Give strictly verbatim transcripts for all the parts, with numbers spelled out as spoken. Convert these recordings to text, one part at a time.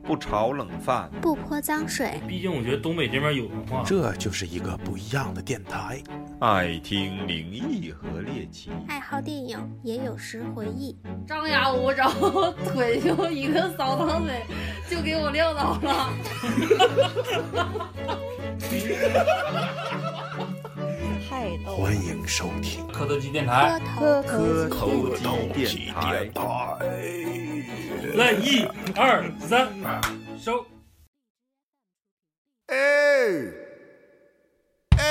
不炒冷饭， 不泼脏水。 毕竟我觉得东北这边有文化， 这就是一个不一样的电台。 爱听灵异和猎奇， 爱好电影，也有时回忆。 张牙舞爪，腿就一个扫堂腿就给我撂倒了。 太逗了！ 欢迎收听磕头机电台， 磕磕头机机电台。 来一二三，收。 哎哎。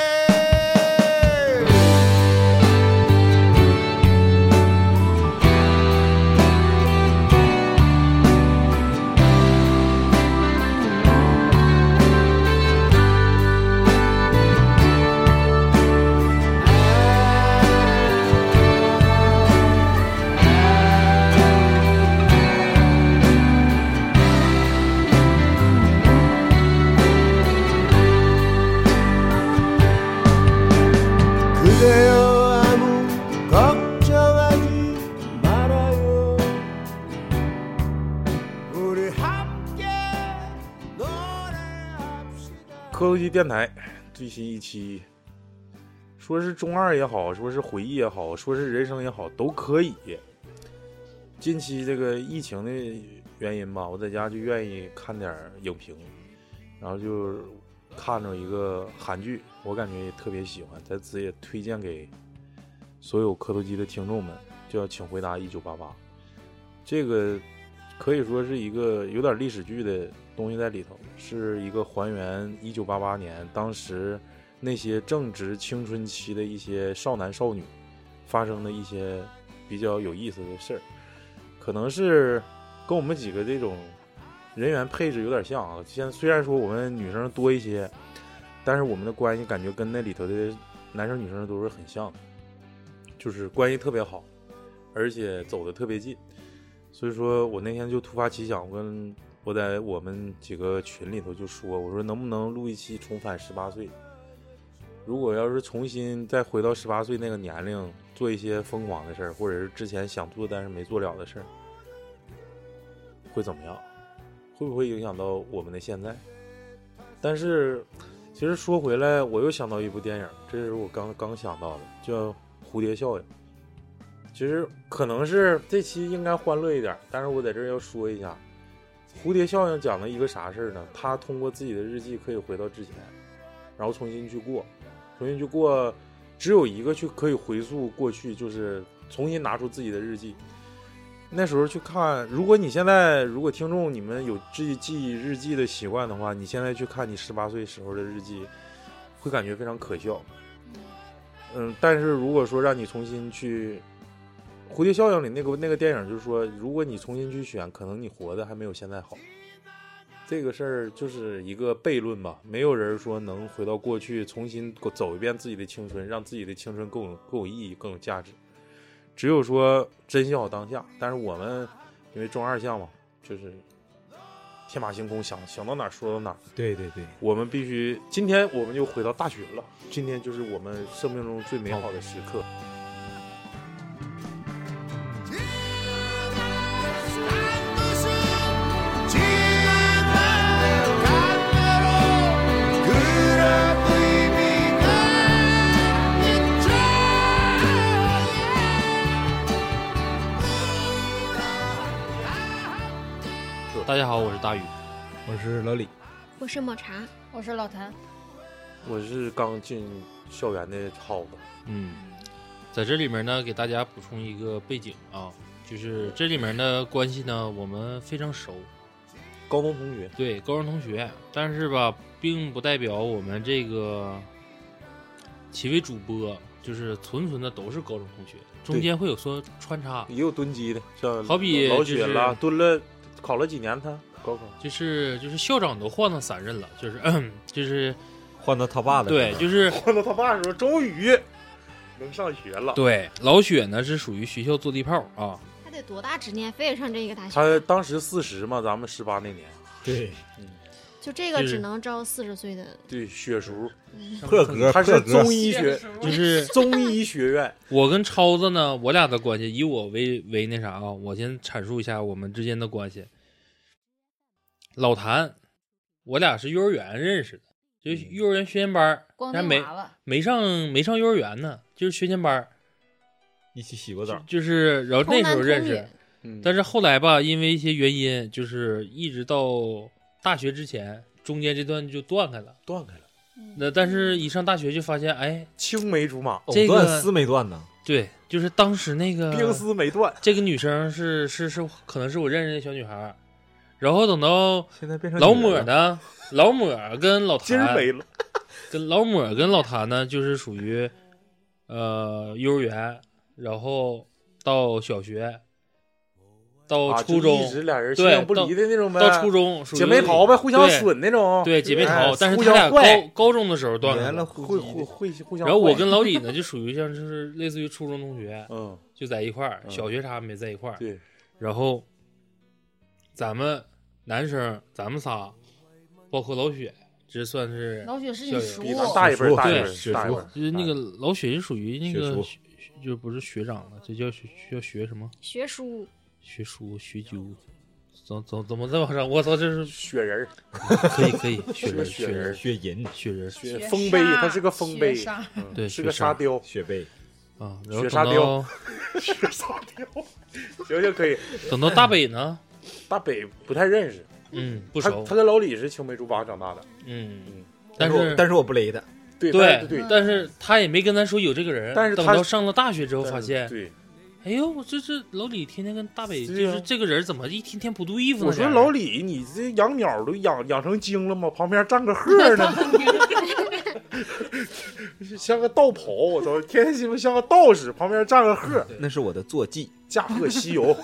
磕头机电台最新一期，说是中二也好，说是回忆也好，说是人生也好，都可以。近期这个疫情的原因吧，我在家就愿意看点影评，然后就看着一个韩剧，我感觉也特别喜欢，在此也推荐给所有磕头机的听众们，叫《请回答一九八八》。这个可以说是一个有点历史剧的东西在里头，是一个还原一九八八年当时那些正值青春期的一些少男少女发生的一些比较有意思的事儿，可能是跟我们几个这种人员配置有点像啊。现在虽然说我们女生多一些，但是我们的关系感觉跟那里头的男生女生都是很像的，就是关系特别好，而且走得特别近。所以说我那天就突发奇想，我跟我在我们几个群里头就说，我说能不能录一期重返十八岁，如果要是重新再回到十八岁那个年龄，做一些疯狂的事儿，或者是之前想做但是没做了的事儿，会怎么样？会不会影响到我们的现在？但是其实说回来，我又想到一部电影，这是我刚刚想到的，叫《蝴蝶效应》。其实可能是这期应该欢乐一点，但是我在这儿要说一下，蝴蝶效应讲的一个啥事儿呢？他通过自己的日记可以回到之前，然后重新去过，重新去过，只有一个去可以回溯过去，就是重新拿出自己的日记。那时候去看，如果你现在如果听众你们有记记日记的习惯的话，你现在去看你十八岁时候的日记，会感觉非常可笑。嗯，但是如果说让你重新去蝴蝶效应里那个那个电影就是说，如果你重新去选，可能你活的还没有现在好。这个事儿就是一个悖论吧，没有人说能回到过去重新走一遍自己的青春，让自己的青春更有更有意义更有价值，只有说珍惜好当下。但是我们因为中二项嘛，就是天马行空，想想到哪儿说到哪儿。 对对对， 我们必须今天我们就回到大学了，今天就是我们生命中最美好的时刻。 大家好，我是大宇， 我是老李， 我是抹茶， 我是老谭， 我是刚进校园的耗子。 嗯，在这里面呢，给大家补充一个背景啊，就是这里面的关系呢，我们非常熟， 高中同学， 对，高中同学，但是吧，并不代表我们这个几位主播就是纯纯的都是高中同学，中间会有说穿插， 也有蹲机的，像好比老雪啦，蹲了考了几年他高考， 就是就是校长都换了三任了，就是嗯，就是换到他爸的， 对，就是换到他爸的时候，终于能上学了。 对，老雪呢是属于学校坐地炮啊， 他得多大执念，非得上这个大学？ 他当时四十嘛，咱们十八那年， 对， 嗯， 就这个只能招四十岁的， 对，血叔， 破格， 他是中医学， 就是中医学院。 我跟超子呢，我俩的关系以我为为那啥啊，我先阐述一下我们之间的关系。 老谭，我俩是幼儿园认识的，就幼儿园学前班， 光但没腚娃娃没上没上幼儿园呢，就是学前班， 一起洗过澡， 就是然后那时候认识， 嗯但是后来吧，因为一些原因，就是一直到大学之前，中间这段就断开了， 断开了。 那但是一上大学就发现，哎， 青梅竹马， 这个藕断丝没断呢。 对，就是当时那个冰丝没断。 这个女生是是是，可能是我认识的小女孩，然后等到现在变成老抹呢，老抹跟老谭今儿没了， 跟老抹跟老谭呢，就是属于呃幼儿园，然后到小学，到啊初中， 就一直俩人形对， 影不离的那种呗。 到初中属于姐妹淘呗，互相对损那种。 对姐妹淘， 哎互但是他俩相坏高高中的时候断连了开了。 会会会互相坏。 然后我跟老李呢，就属于像就是类似于初中同学， 嗯， 就在一块儿， 嗯小学啥没在一块儿。 对， 然后咱们男生，咱们仨，包括老雪，这算是老雪是你校叔友比咱大一辈儿，大一辈儿， 对学叔大一辈儿。 就是那个老雪就属于那个学叔学，就不是学长了，这叫学叫学什么？ 学书学叔学究，怎怎怎么再往上？我操，这是雪人儿， 可以可以，雪人雪人雪人血银、 雪人雪雪丰碑， 沙它是个丰碑雪沙， 嗯对是个雪沙沙雕， 血杯， 啊，然后雪沙等到雪沙雕。行行可以。 等到大北呢， 大北不太认识， 嗯，不熟他他，跟老李是青梅竹马长大的。 嗯， 嗯， 但是我但是我不勒他， 对对对对， 但是他也没跟咱说有这个人， 但是他等到上了大学之后但是发现， 对， 哎呦，我这这老李天天跟大北， 对呀就是这个人怎么一天天不对付呢？ 我说这样老李，你这养鸟都养养成精了吗？旁边站个鹤呢，像个道袍，我操，天天鸡巴像个道士，旁边站个鹤， 那是我的坐骑。 驾鹤西游。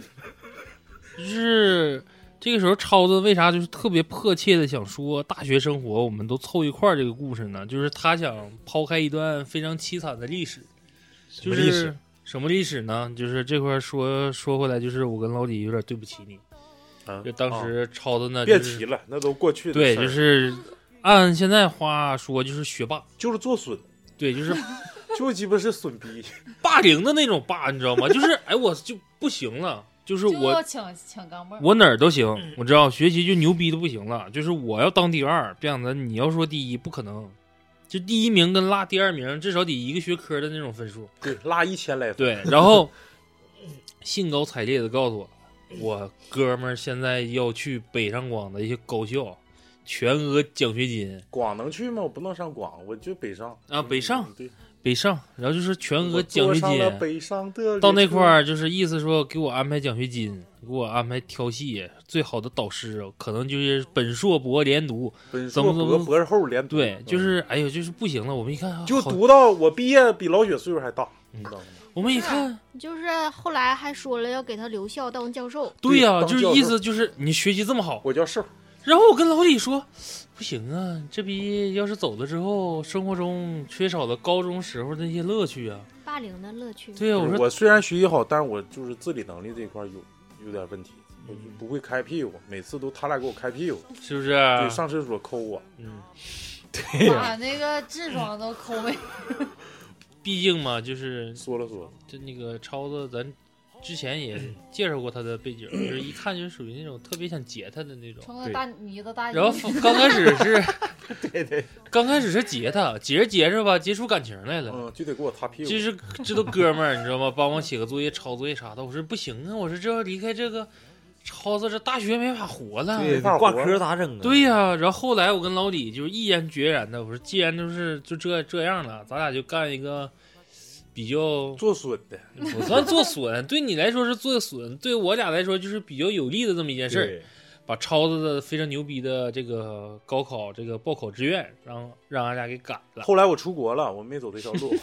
就是这个时候，超子为啥就是特别迫切的想说大学生活我们都凑一块儿这个故事呢？就是他想抛开一段非常凄惨的历史，就是什么历史什么历史呢？就是这块儿说说回来，就是我跟老李有点对不起你， 啊就当时超子呢， 别就是提了，那都过去的对， 事儿就是按现在话说，就是学霸， 就是做损， 对，就是就鸡巴是损逼。 霸凌的那种霸，你知道吗？就是哎，我就不行了，就是就我要抢抢钢镚儿。 我哪儿都行，我知道学习就牛逼的不行了，就是我要当第二，这样子你要说第一不可能，就第一名跟落第二名至少得一个学科的那种分数。 对，拉一千来分。 对，然后兴高采烈的告诉我，我哥们儿现在要去北上广的一些高校，全额奖学金广能去吗？我不能上广，我就北上啊，北上嗯对， 北上，然后就是全额我奖学坐上了金。 北上的到那块儿， 儿就是意思说给我安排奖学金，给我安排挑戏，最好的导师可能就是本硕博连读， 本怎么怎么硕博博士后连读对，就嗯是哎呦，就是不行了。我们一看，啊好就读到我毕业比老雪岁数还大，你知道吗？ 我们一看， 就是后来还说了要给他留校当教授， 对呀、 当教授就是意思就是你学习这么好。 我叫瘦， 然后我跟老李说，不行啊，这逼要是走了之后，生活中缺少了高中时候的那些乐趣啊。 霸凌的乐趣。 对呀、我说我虽然学习好，但是我就是自理能力这一块有有点问题，我就不会开屁股，每次都他俩给我开屁股， 是不是？ 对，上厕所抠我， 嗯， 对呀， 把那个痔疮都抠没。 毕竟嘛，就是说了说， 就那个超子，咱之前也介绍过他的背景，就是一看就是属于那种特别想结他的那种。 成个大妮子大姨。 然后刚开始是， 对对， 刚开始是结他，结着结着吧，结出感情来了。 嗯，就得给我擦屁股， 就是这都哥们儿，你知道吗？帮我写个作业、抄作业啥的。我说不行啊，我说这要离开这个超子，这大学没法活了。 对， 法挂活科咋整啊？ 对呀、然后后来我跟老李就是毅然决然的，我说既然都是就这这样了，咱俩就干一个比较， 做损的， 不算做损，对你来说是做损，对我俩来说就是比较有利的这么一件事儿。 对， 把超子的非常牛逼的这个高考这个报考志愿，让让俺俩给赶了。 后来我出国了，我没走这条路，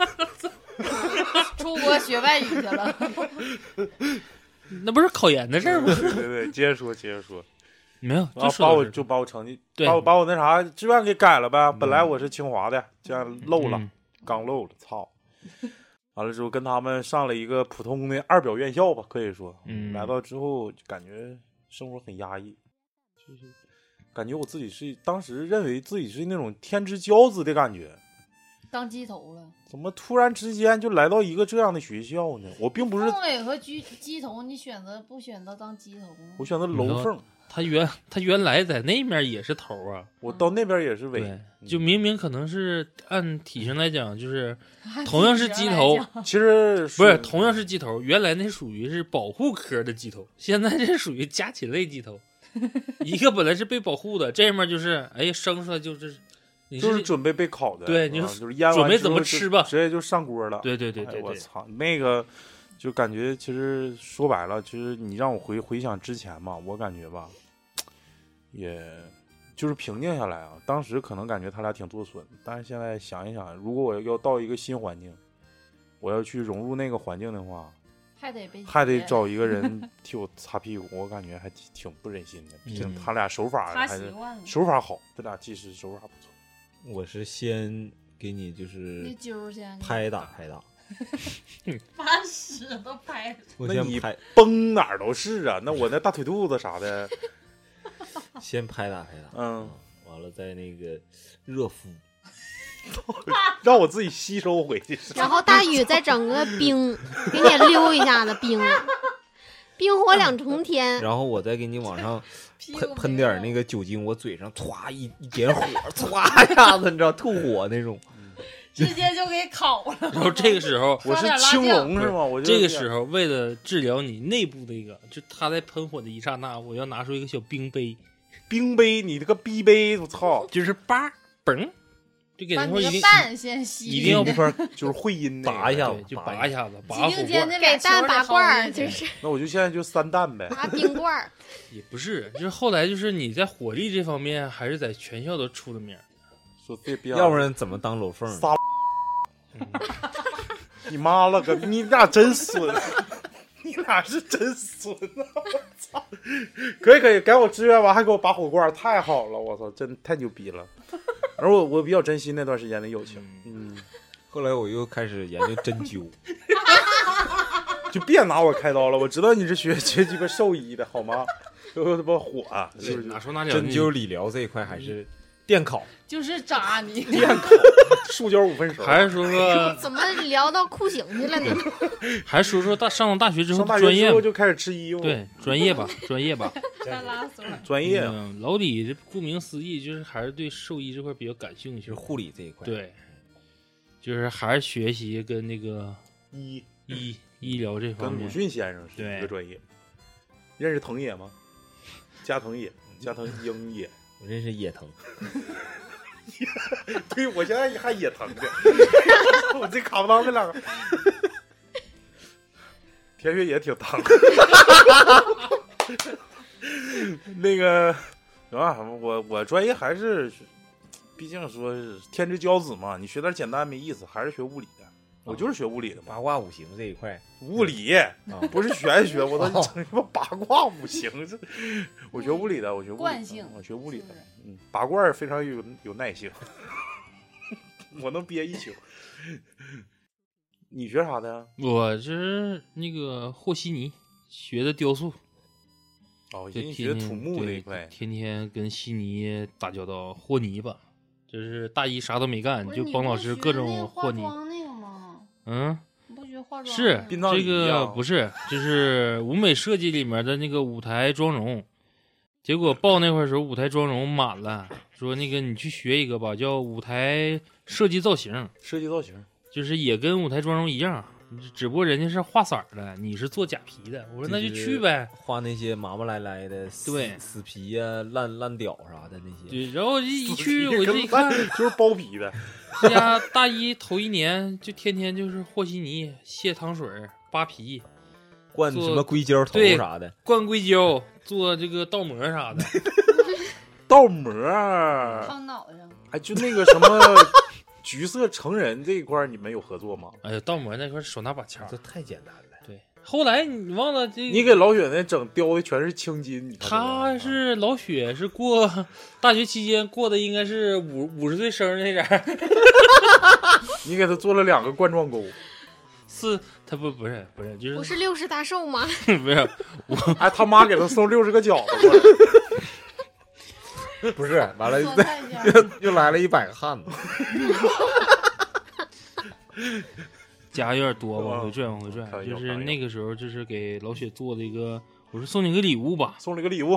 出国学外语去了。 那不是考研的事儿吗？ 对对对，接着说，接着说， 没有， 然后就说的是把我就把我成绩， 对把我把我那啥志愿给改了呗。本来我是清华的，这样漏了， 嗯刚漏了，操！完了之后跟他们上了一个普通的二表院校吧，可以说， 嗯来到之后就感觉生活很压抑，就是感觉我自己是当时认为自己是那种天之骄子的感觉， 当鸡头了。 怎么突然之间就来到一个这样的学校呢？我并不是凤尾和鸡鸡头，你选择不选择当鸡头呢？ 我选择楼凤， 他原他原来在那面也是头啊， 我到那边也是尾。 对，就明明可能是按体型来讲，就是同样是鸡头， 其实不是同样是鸡头，原来那属于是保护科的鸡头，现在这属于家禽类鸡头。一个本来是被保护的，这面就是哎生出来就是你就是准备被烤的， 对，你啊、就是腌完准备怎么吃吧， 直接就上锅了。 对对对对对， 哎、我操，那个就感觉其实说白了，其实你让我回回想之前嘛，我感觉吧，也就是平静下来啊。当时可能感觉他俩挺做损，但是现在想一想，如果我要到一个新环境，我要去融入那个环境的话。 还得被还得找一个人替我擦屁股，我感觉还挺挺不忍心的。毕竟他俩手法还是手法好，这俩技师手法不错。 我是先给你就是拍打拍打， 把屎都拍。 我先拍， 崩哪儿都是啊。那我那大腿肚子啥的， 先拍打拍打， 嗯， 完了再那个热敷。 让我自己吸收回去， 然后大宇再整个冰，给你溜一下子冰，冰火两重天。 然后我再给你往上喷喷点那个酒精，我嘴上歘一一点火，歘一下子，你知道吐火那种， 直接就给烤了。 然后这个时候我是青龙是吗？我这个时候为了治疗你内部的一个，就他在喷火的一刹那，我要拿出一个小冰杯， 冰杯，你这个逼杯，我操， 就是叭嘣。就给那块一定蛋先吸， 一定要那块就是会阴的， 拔一下子，就拔一下子，拔火罐， 给蛋拔罐儿，就是。 那我就现在就三蛋呗， 拔冰罐儿。 也不是，就是后来就是你在火力这方面还是在全校都出了名。 说这边， 要不然怎么当楼凤？ 仨，你妈了个，你俩真损，你俩是真损啊！我操，可以可以，给我支援完还给我拔火罐，太好了！我操，真太牛逼了。而我我比较珍惜那段时间的友情，嗯， 后来我又开始研究针灸， 就别拿我开刀了，我知道你是学学鸡巴兽医的好吗？都他妈火啊！是不是？ 哪说哪了？ 针灸理疗这一块还是电烤， 就是扎你电烤，塑胶五分熟。 还是说说怎么聊到酷刑去了呢？ 还是说说大上了大学之后上大专业学之后就开始吃衣服， 对，专业吧，专业吧。 专业、啊嗯，老李这顾名思义就是还是对兽医这块比较感兴趣， 就是护理这一块。 对，就是还是学习跟那个医医医疗这方面。 跟鲁迅先生是一个专业。认识藤野吗？加藤野，加藤鹰野。 我认识野藤。 对，我现在还野藤的。我这卡不当这两个。田雪也挺疼。那个啊，我我专业还是，毕竟说是天之骄子嘛，你学点简单没意思，还是学物理的。我就是学物理的嘛， 八卦五行这一块， 物理、啊、不是玄学，我都整什么八卦五行，这我学物理的，我学物理惯性， 我学物理的，嗯，拔罐非常有有耐性，我能憋一宿。你学啥的？ 我是那个和稀泥，学的雕塑。 哦，就学土木那一块， 天天跟稀泥打交道，和泥巴，就是大一啥都没干，就帮老师各种和泥。嗯， 不学化妆是这个不是，就是舞美设计里面的那个舞台妆容。结果报那块儿时候，舞台妆容满了，说那个你去学一个吧，叫舞台设计造型。 设计造型就是也跟舞台妆容一样。只不过人家是画色的，你是做假皮的。我说那就去呗， 画那些麻麻赖赖的， 对， 死皮呀、啊、烂烂屌啥的那些。 对，然后一一去，我这一看就是包皮的。 这家大一头一年就天天就是和稀泥、卸糖水、扒皮、 灌什么硅胶头啥的， 灌硅胶、做这个倒模啥的。 倒模烫脑上。 哎，就那个什么。橘色成人这一块你们有合作吗？ 哎呀，倒模那块手拿把掐， 这太简单了。 对，后来你忘了这， 你给老雪那整雕的全是青筋。 他是老雪是过大学期间过的，应该是五五十岁生日那阵。 你给他做了两个冠状沟。 是，他不不是不是就是不是六十大寿吗？ 不是我， 哎，他妈给他送六十个饺子过来。 不是，完了又又来了一百个汉子， 家有点多，往回拽，往回拽。就是那个时候，就是给老雪做了一个，我说送你个礼物吧， 送了个礼物，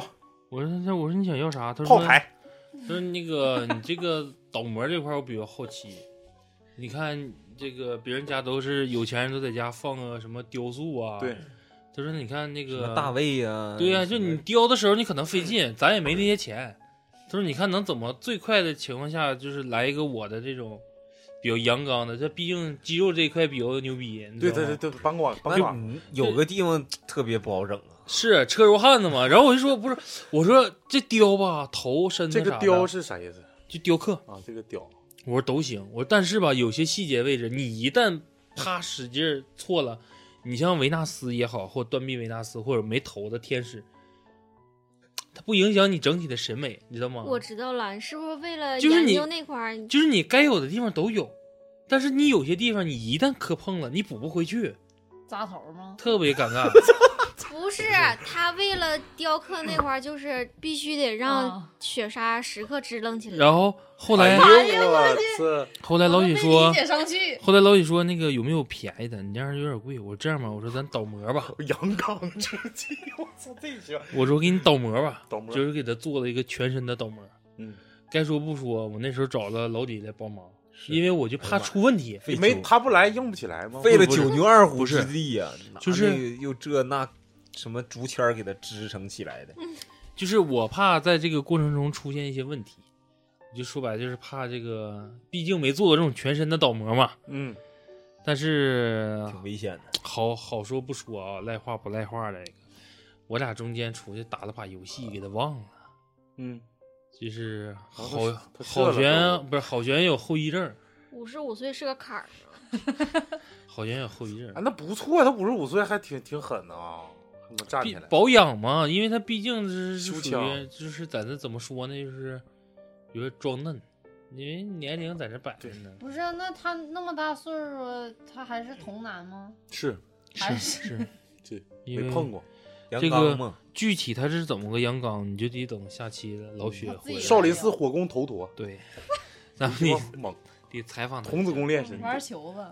我说那我说你想要啥？他说炮台。 他说那个你这个倒模这块我比较好奇，你看这个别人家都是有钱人都在家放个什么雕塑啊。 对。 他说你看那个大卫啊。 对呀、啊，就你雕的时候你可能费劲，咱也没那些钱。他说你看能怎么最快的情况下就是来一个我的这种比较阳刚的，这毕竟肌肉这一块比较牛逼。 对对对对，帮管帮管。 有个地方特别不好整啊。 是车肉汉子嘛？然后我就说不是，我说这雕吧，头身子这个雕是啥意思？ 就雕刻啊，这个雕。 我说都行，我说但是吧，有些细节位置，你一旦啪使劲错了，你像维纳斯也好，或断臂维纳斯，或者没头的天使，它不影响你整体的审美，你知道吗？ 我知道了，你是不是为了就是你研究那块儿？ 就是你该有的地方都有，但是你有些地方你一旦磕碰了，你补不回去， 扎头吗？ 特别尴尬。 不是，他为了雕刻那块儿，就是必须得让雪莎时刻支棱起来。 然后后来， 哎呦我操！ 后来老许说，后来老许说那个有没有便宜的？你这样有点贵。我说这样吧，我说咱倒模吧。 阳刚之气，我操，这行。 我说给你倒模吧， 倒模就是给他做了一个全身的倒模。 嗯， 该说不说，我那时候找了老李来帮忙，因为我就怕出问题。 没他不来硬不起来吗？ 费了九牛二虎之力呀、啊， 就是又这那。什么竹签给它支撑起来的， 就是我怕在这个过程中出现一些问题，就说白了就是怕这个，毕竟没做过这种全身的倒模嘛。 嗯， 但是挺危险的。 好好说不说啊，赖话不赖话的。我俩中间出去打了把游戏，给他忘了。 嗯， 就是好他好悬不是好悬有后遗症。 五十五岁是个坎儿好悬有后遗症。 啊，那不错，他五十五岁还挺挺狠的啊。能站起来保养嘛，因为他毕竟是属于就是在这怎么说呢，就是有点装嫩，因为年龄在这摆着呢。 不是，那他那么大岁数，他还是童男吗？ 是是是是，没碰过。 这个具体他是怎么个阳刚，你就得等下期了。老雪会少林寺火攻头陀， 对，咱们得猛得采访他。 童子功练神， 玩球子。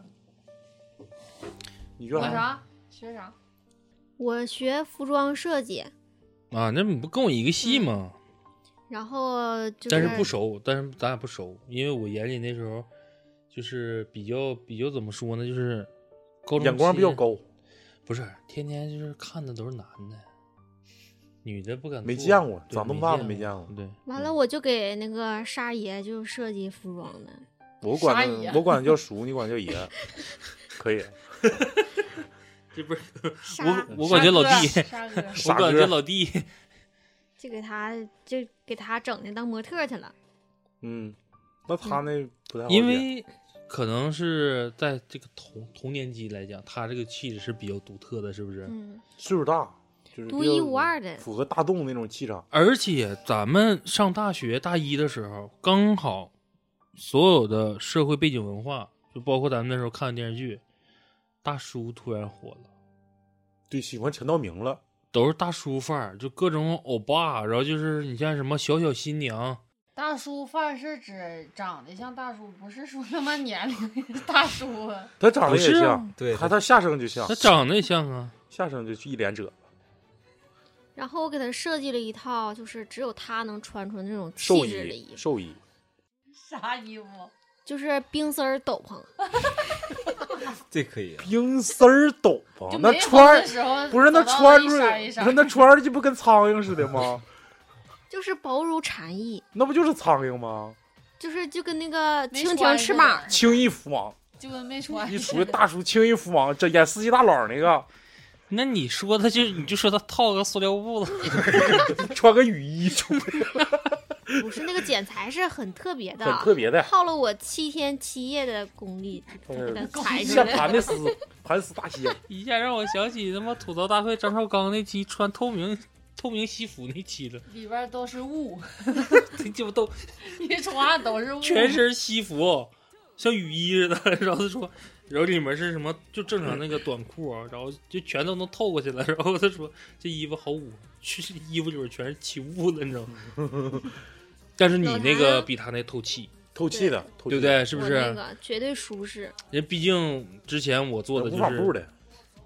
你学啥？学啥？ 我学服装设计啊，那你不跟我一个系吗？ 嗯、然后、就是， 但是不熟，但是咱俩不熟，因为我眼里那时候就是比较比较怎么说呢，就是高中眼光比较高， 不是天天就是看的都是男的，女的不敢没见过，长那么大都没见过。 对， 完了我就给那个沙爷就设计服装的， 我管我管叫叔，你管叫爷，可以。 这不是我，我管叫老弟，我管叫老弟， 就给他就给他整的当模特去了。 嗯，那他那不太好， 因为可能是在这个同同年级来讲，他这个气质是比较独特的，是不是？ 嗯， 岁数大，就是独一无二的， 符合大众那种气场。 而且咱们上大学大一的时候，刚好所有的社会背景文化，就包括咱们那时候看的电视剧。大叔突然火了， 对，喜欢陈道明了， 都是大叔范儿，就各种欧巴，然后就是你像什么小小新娘， 大叔范儿是指长得像大叔，不是说他妈年龄大叔啊。 他长得也像， 啊、 对他他下生就像， 他长得也像啊， 下生就一脸褶。 然后我给他设计了一套，就是只有他能穿出那种气质的衣服。 寿衣， 啥衣服？ 就是冰丝儿斗篷。 这可以、啊， 冰丝儿斗篷，那穿不是那穿出来， 不是那穿就不跟苍蝇似的吗？ 就是薄如蝉翼， 那不就是苍蝇吗？ 就是就跟那个蜻蜓翅膀， 轻易服蟒， 就跟没穿。 一出大叔轻易服蟒，这演司机大佬那个。 那你说他就你就说他套个塑料布子， 穿个雨衣出来。 不是那个剪裁是很特别的， 很特别的， 耗了我七天七夜的功力给它裁出来。 来。 盘的丝，盘丝大仙， 一下让我想起他妈吐槽大会张绍刚那期穿透明透明西服那期了， 里边都是雾， 这鸡巴都一穿都是雾， 全身西服，像雨衣似的。然后他说，然后里面是什么？就正常那个短裤，然后就全都能透过去了。然后他说这衣服好捂，其实衣服里边全是起雾了，你知道吗？但是你那个比他那透气， 透气的， 对不对？是不是？ 那个绝对舒适。 人毕竟之前我做的就是无纺布的，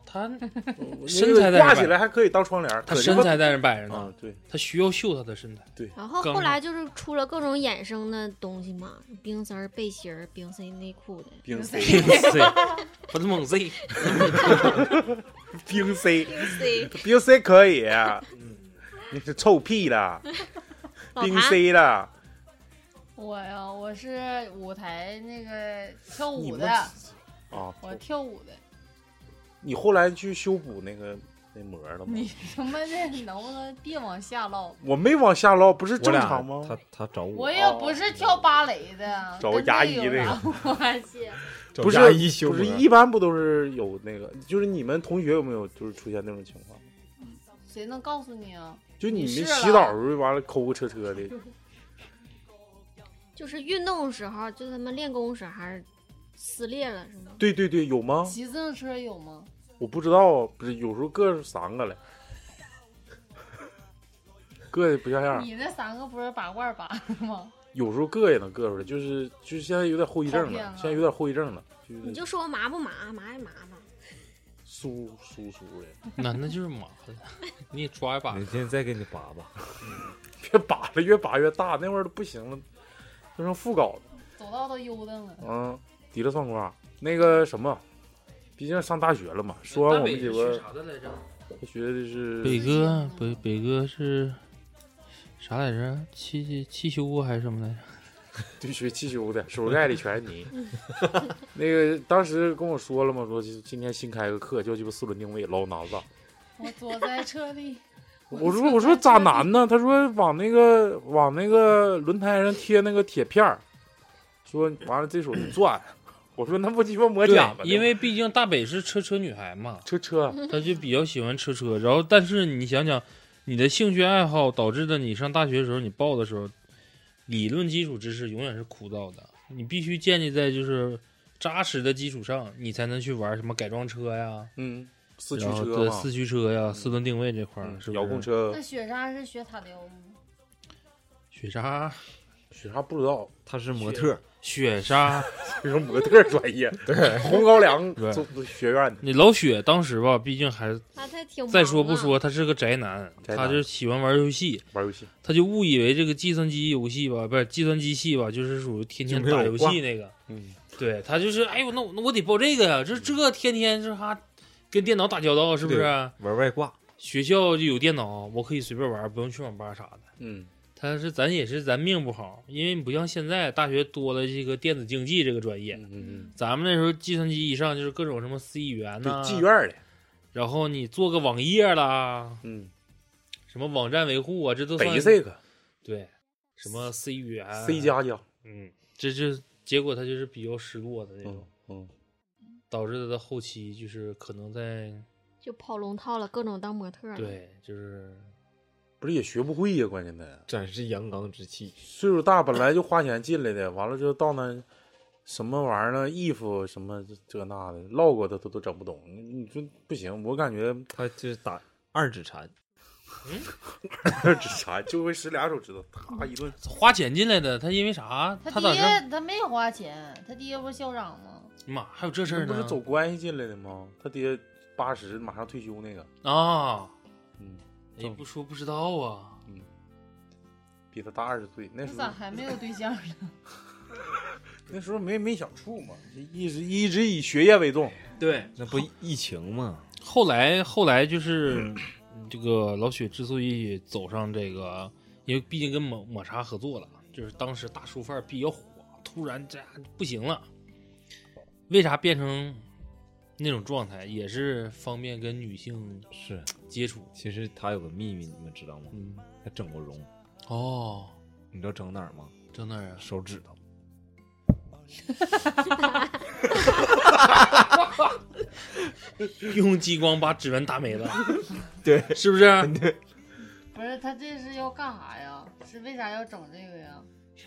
他那身材在那个挂起摆来还可以当窗帘， 他可就身材在那摆着呢， 啊，对， 他需要秀他的身材。 然后后来就是出了各种衍生的东西嘛，冰丝儿、背心儿、冰 C 内裤的， 冰 C， 我的猛 C， 冰 C， 冰 C， 冰 C 可以，你是臭屁的，冰 C 的。 我呀，我是舞台那个跳舞的你们啊， 我跳舞的。 你后来去修补那个那膜了吗？ 你他妈的能不能别往下唠？ 我没往下唠，不是正我俩常吗？ 他他找我， 我也不是跳芭蕾的， 找跟牙医这有那个啥关系？ 不是找牙医修膜不是，一般不都是有那个？就是你们同学有没有就是出现那种情况？ 谁能告诉你啊？ 就你们你是洗澡时候完了抠抠车车的， 就是运动时候，就他们练功时候还是撕裂了是吗？ 对对对，有吗？ 骑自行车有吗？ 我不知道，不是有时候硌三个了，硌的不像样。 你那三个不是拔罐拔的吗？ 有时候硌也能硌出来，就是就是现在有点后遗症了， 好骗啊现在有点后遗症了，就是你就说麻不麻？麻也麻吧。 酥酥酥的。 那那就是麻烦，你也抓一把。 哪天再给你拔拔。 别拔了，越拔越大，那会儿都不行了，就成副稿了。 走道都悠蹬了。 嗯，提了算卦。那个什么，毕竟上大学了嘛，说完我们几个， 啥的来着？ 他学的是北哥，北北哥是啥来着？汽汽修啊还是什么来着？ 对，学汽修的，手盖里全是泥。那个当时跟我说了嘛，说今天新开个课，叫鸡巴四轮定位，老难了。 我坐在车里。 我说我说咋难呢？他说往那个往那个轮胎上贴那个铁片儿，说完了这手就转。我说那不鸡巴磨甲吗？ 因为毕竟大北是车车女孩嘛， 车车， 她就比较喜欢车车。然后，但是你想想，你的兴趣爱好导致的你上大学的时候，你报的时候，理论基础知识永远是枯燥的，你必须建立在就是扎实的基础上，你才能去玩什么改装车呀， 嗯，四驱然后车嘛， 对四驱车呀，四轮定位这块儿、 嗯是不是遥控车那。雪莎是学塔雕吗？ 雪莎， 雪莎不知道， 他是模特， 雪莎， 这是模特专业，对，红高粱对总学院的。 你老雪当时吧，毕竟还他才挺忙再说不啊说，他是个宅男， 宅男他就喜欢玩游戏， 玩游戏， 他就误以为这个计算机游戏吧，不是计算机系吧，就是属于天天打游戏那个。 嗯， 对他就是，哎呦，那我那我得报这个呀，这这天天是哈跟电脑打交道，是不是？ 玩外挂， 学校就有电脑，我可以随便玩，不用去网吧啥的。 嗯， 他是咱也是咱命不好，因为不像现在大学多了这个电子竞技这个专业， 嗯嗯咱们那时候计算机一上就是各种什么 C 语言嗯， 呐、 对，妓院的， 然后你做个网页啦， 嗯什么网站维护啊，这都算 ，basic 对，什么 C 语言 C 加加， 嗯，这这结果他就是比较失落的那种， 嗯嗯， 导致他的后期就是可能在就跑龙套了，各种当模特了。 对，就是不是也学不会呀，关键的， 展示阳刚之气。 岁数大本来就花钱进来的，完了之后到那什么玩意儿呢，衣服什么这这那的，唠过的他都整不懂。你你说不行，我感觉他就是打二指禅， 二指禅就会使俩手指头，啪一顿。 花钱进来的。他因为啥？ 他他咋爹这？ 他没花钱，他爹不是校长吗？ 妈，还有这事儿呢？ 不是走关系进来的吗？他爹八十马上退休那个， 啊！ 嗯， 哎，不说不知道啊。 比他大二十岁。那他时候咋还没有对象呢？ 那时候没没想处嘛，一直一直以学业为重。 对， 那不疫情吗？ 后来后来就是这个老雪之所以走上这个，因为毕竟跟抹抹茶合作了，就是当时大叔范儿比较火，突然这不行了。为啥变成那种状态？也是方便跟女性是接触。 其实他有个秘密，你们知道吗？ 嗯， 他整过容。 哦， 你知道整哪儿吗？ 整哪儿啊？ 手指头。 用激光把指纹打没了， 对， 是不是？ 对， 不是，他这是要干啥呀？是为啥要整这个呀？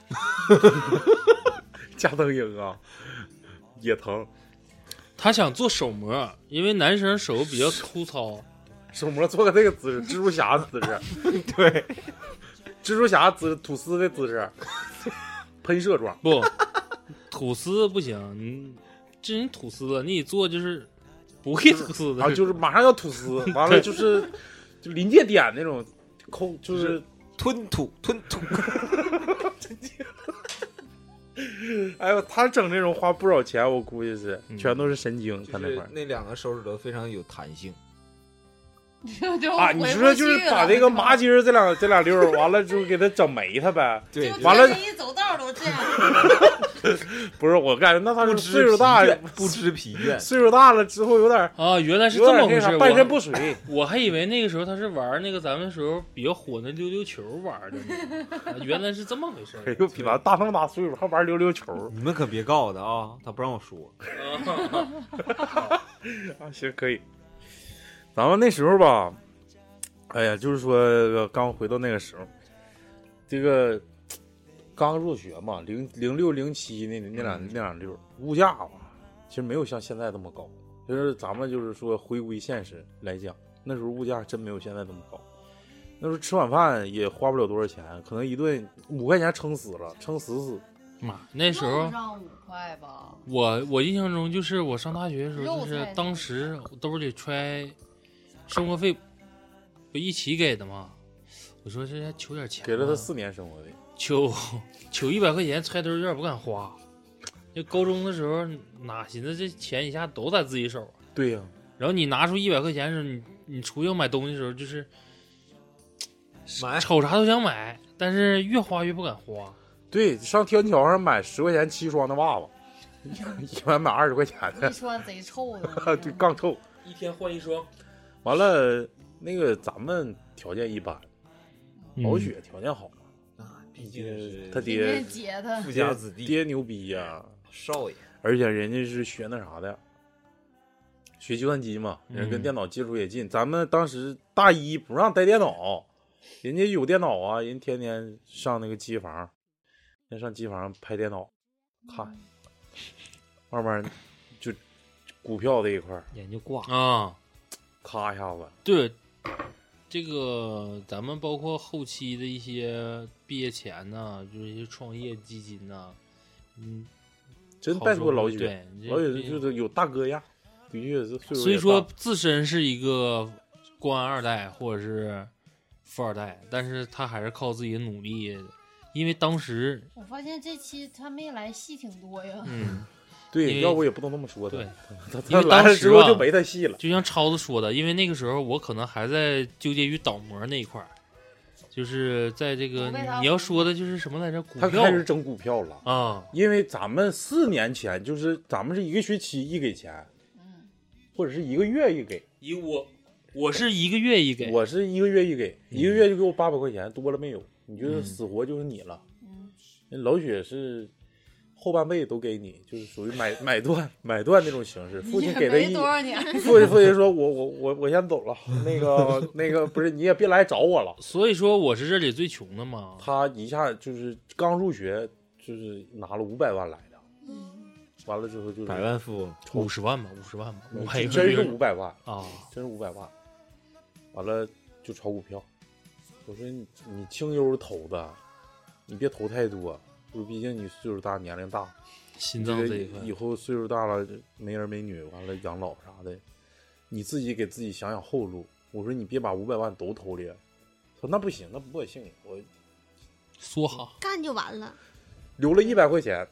加藤鹰啊，也疼。 他想做手模，因为男生手比较粗糙， 手模做个这个姿势，蜘蛛侠的姿势， 对， 蜘蛛侠姿吐丝的姿势，喷射状。 不，吐丝不行，你这人吐丝了，你得做就是不会吐丝的啊，就是马上要吐丝，完了就是就临界点那种抠，就是吞吐吞吐。 哎呦，他整这种花不少钱，我估计是全都是神经。他那块那两个手指头非常有弹性。 啊，你说就是把这个麻筋儿这两这俩溜儿完了之后给他整没他呗？ 对， 完了一走道都这样。 不是，我感觉那他是岁数大， 不知疲倦， 岁数大了之后有点啊，原来是这么回事， 半身不遂。 我还以为那个时候他是玩那个咱们时候比较火的溜溜球玩的呢，啊、原来是这么回事。 哎呦，比咱大那么大岁数还玩溜溜球， 你们可别告诉他啊，他不让我说。 啊，行，可以。咱们那时候吧，哎呀，就是说刚回到那个时候，这个刚入学嘛，零零六零七那那两那两六，物价吧，其实没有像现在这么高。就是咱们就是说回归现实来讲，那时候物价真没有现在这么高。那时候吃晚饭也花不了多少钱，可能一顿五块钱撑死了，撑死死。 妈，那时候上五块吧。 我我印象中就是我上大学的时候，就是当时兜里揣生活费不一起给的吗？我说这还求点钱， 给了他四年生活费， 求求一百块钱揣兜有点不敢花。就高中的时候哪寻思这钱一下都在自己手？ 对呀、啊。 然后你拿出一百块钱的时候，你你出去要买东西的时候，就是买瞅啥都想买，但是越花越不敢花。 对，上天桥上买十块钱七双的袜子，一般买二十块钱的， 一双贼臭的， 对，杠臭， 一天换一双。 完了，那个咱们条件一般，老雪条件好嘛， 啊，毕竟是他爹接他富家子弟， 爹牛逼呀、啊， 少爷， 而且人家是学那啥的，学计算机嘛，人跟电脑接触也近。嗯、咱们当时大一不让带电脑，人家有电脑啊，人天天上那个机房。先上机房拍电脑看，慢慢就股票这一块眼就挂啊， 咔一下子。 对，这个咱们包括后期的一些毕业钱呐，就是一些创业基金呐，嗯， 真拜托老雪， 对， 老雪就是有大哥样，的确是岁数。 所以说自身是一个官二代或者是富二代，但是他还是靠自己的努力。因为当时我发现这期他没来戏挺多呀。 嗯， 对，要不也不能那么说的。 对， 他他来了之后就没他戏了。 就像超子说的，因为那个时候我可能还在纠结于倒模那一块儿，就是在这个你要说的就是什么来着？股票， 他开始整股票了啊！ 因为咱们四年前就是咱们是一个学期一给钱， 嗯， 或者是一个月一给。 以我我是一个月一给， 我是一个月一给，一个月就给我八百块钱，多了没有？你就是死活就是你了。 嗯， 老雪是后半辈都给你，就是属于买买断买断那种形式。父亲给他一多少年， 父亲父亲说我我我我先走了，那个那个不是你也别来找我了。 所以说我是这里最穷的嘛。 他一下就是刚入学就是拿了五百万来的， 嗯， 完了之后就是百万富翁， 五十万吧，五十万吧，五百真是五百万啊， 真是五百万。完了就炒股票。我说你你清幽投的，你别投太多，就是毕竟你岁数大，年龄大， 心脏这一块， 以后岁数大了没儿没女，完了养老啥的，你自己给自己想想后路。我说你别把五百万都投里，说那不行，那不高兴。我说好干就完了， 留了一百块钱，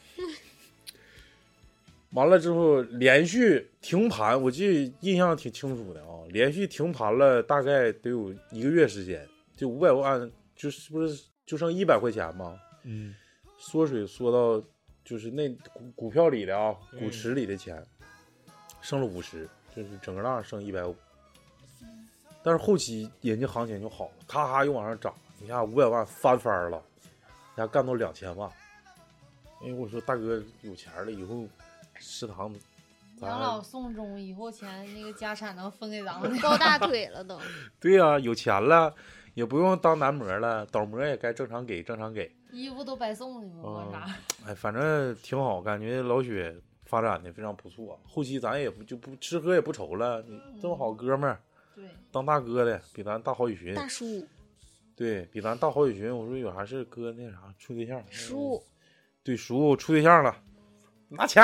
完了之后连续停盘，我记得印象挺清楚的啊，连续停盘了大概得有一个月时间。就五百万，就是不是就剩一百块钱吗？ 嗯， 缩水缩到就是那股股票里的啊，股池里的钱，嗯、剩了五十，就是整个浪剩一百五。但是后期人家行情就好了，咔咔又往上涨，你看五百万翻番了，人家干到两千万。因为我说大哥有钱了，以后食堂养老送终，以后钱那个家产能分给咱们， 抱大腿了都。 对呀、啊，有钱了。也不用当男模了，倒模也该正常给，正常给。 衣服都白送的吗？啥、嗯？ 哎，反正挺好，感觉老雪发展的非常不错。后期咱也不就不吃喝也不愁了，你这么好哥们儿， 对， 当大哥的比咱大好几旬。 大叔， 对比咱大好几旬。我说有啥事哥那啥处对象。 叔， 对叔处对象了，拿钱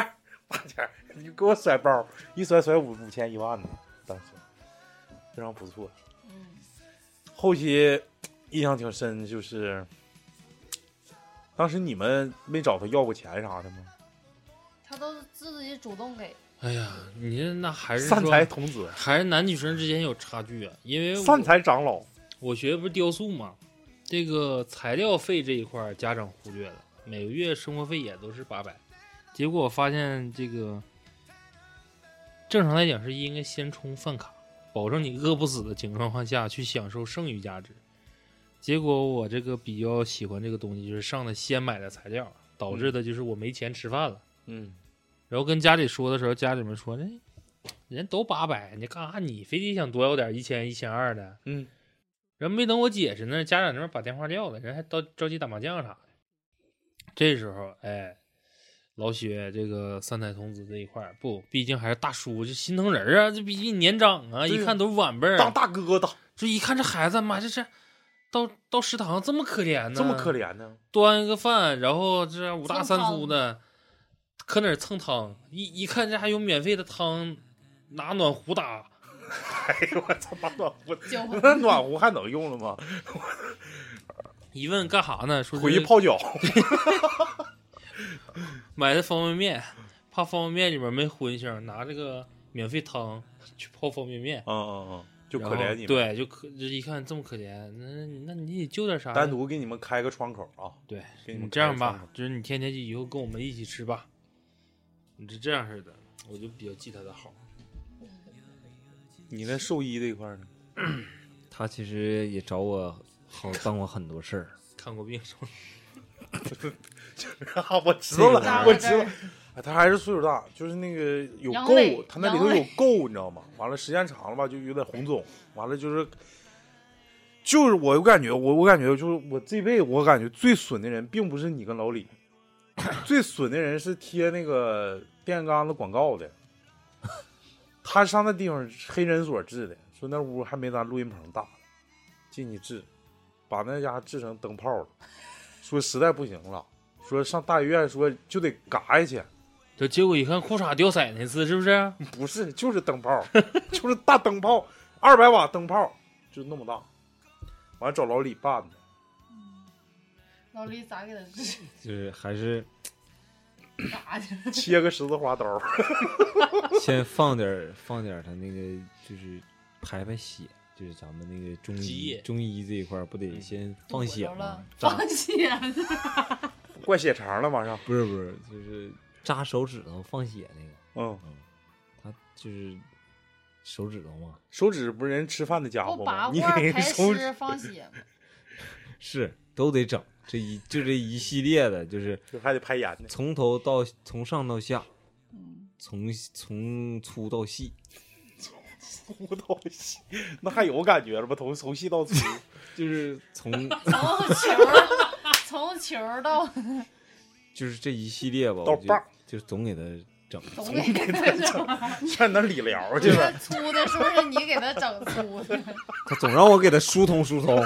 大点儿，你就给我甩包，一甩甩五五千一万的，当时非常不错。 嗯， 后期印象挺深，就是当时你们没找他要过钱啥的吗？ 他都是自己主动给。 哎呀，你这那还是善说财童子， 还是男女生之间有差距啊？因为我善财长老， 我学的不是雕塑嘛，这个材料费这一块儿家长忽略了，每个月生活费也都是八百，结果我发现这个正常来讲是应该先充饭卡，保证你饿不死的情况下去享受剩余价值。结果我这个比较喜欢这个东西，就是上的先买的材料，导致的就是我没钱吃饭了。 嗯， 然后跟家里说的时候，家里面说：“那人都八百，你干啥？你非得想多要点一千、一千二的？” 嗯， 然后没等我解释呢，家长那边把电话撂了，人还着着急打麻将啥的。这时候，哎，老雪这个三彩童子这一块儿不，毕竟还是大叔，就心疼人啊，这毕竟年长啊，一看都是晚辈儿， 当大哥的， 就一看这孩子，妈这这到到食堂这么可怜呢， 这么可怜呢？ 端一个饭，然后这五大三粗的，搁哪儿蹭汤？一一看这还有免费的汤，拿暖壶打。 哎呦我操，拿暖壶，那暖壶还能用了吗？ 一问干啥呢？说回去泡脚。 买的方便面，怕方便面里面没荤腥，拿这个免费汤去泡方便面。 嗯嗯嗯，就可怜你们。 对，就可这一看这么可怜，那那你得救点啥？ 单独给你们开个窗口啊。 对， 给你们这样吧，就是你天天就以后跟我们一起吃吧。你是这样式的，我就比较记他的好。 你那兽医这一块呢？ 他其实也找我好办过很多事儿， 看过病是吧？ 啊，我知道了，我知道。哎，他还是岁数大，就是那个有垢，他那里头有垢，你知道吗？完了，时间长了吧，就有点红肿。完了，就是就是我有感觉，我我感觉就是我这辈子我感觉最损的人，并不是你跟老李，最损的人是贴那个电线杆子广告的。他上那地方黑诊所治的，说那屋还没咱录音棚大，进去治，把那家治成灯泡了。说实在不行了，说上大医院说就得嘎下去。 这结果一看裤衩掉色那次是不是？ 不是，就是灯泡，就是大灯泡，二百瓦灯泡，就那么大。完了找老李办的。 老李咋给他治？ 就是还是嘎去， 切个十字花刀， 先放点放点他那个就是排排血，就是咱们那个中医中医这一块不得先放血吗？ 放血， 灌血肠了马上。 不是不是，就是扎手指头放血那个。 嗯嗯，他就是手指头嘛， 手指不是人吃饭的家伙吗？ 拔你罐排给手湿放血吗？ 是都得整。这一就这一系列的，就是就还得排盐呢， 从头到从上到下， 嗯， 从从粗到细， 粗到细，那还有感觉了吧？从从细到粗， 就是从从球从球到， 就是这一系列吧， 到棒， 就总给他整， 总给他整， 上那理疗去了。 粗的是不是你给他整粗的？ 他总让我给他疏通疏通。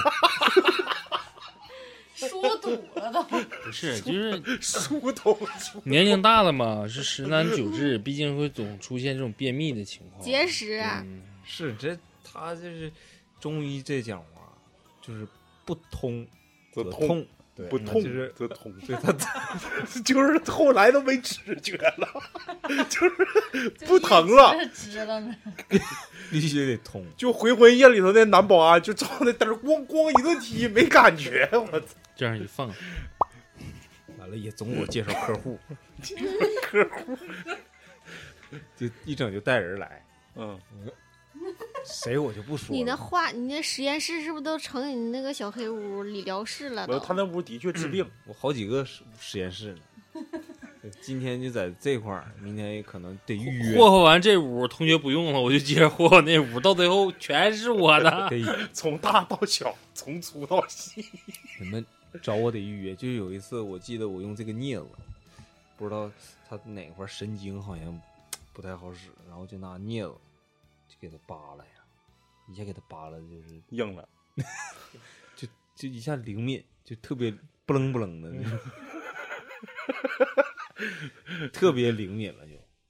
疏堵了都不是，就是疏通。 年龄大了嘛，是十男九痔，毕竟会总出现这种便秘的情况。 结石、 嗯、 是这他就是中医这讲话，就是不通则痛， 对，不痛就是则通。 对他就是后来都没知觉了，就是不疼了， 知了呢。 必须得通。 就回魂夜里头那男保安就照那灯咣咣一顿踢，没感觉。我操！ 这样一放， 完了也总给我介绍客户， 客户就一整就带人来。 嗯， 谁我就不说了。 你那话，你那实验室是不是都成你那个小黑屋理疗室了都？ 他那屋的确治病， 我好几个实实验室呢。今天就在这块儿，明天可能得预约。 霍霍完这屋，同学不用了，我就接着霍霍那屋，到最后全是我的， 从大到小，从粗到细。 你们找我得预约。就有一次，我记得我用这个镊子，不知道他哪块神经好像不太好使，然后就拿镊子就给他扒了呀，一下给他扒了就是硬了， 就就一下灵敏，就特别不楞不楞的那种。特别灵敏了就，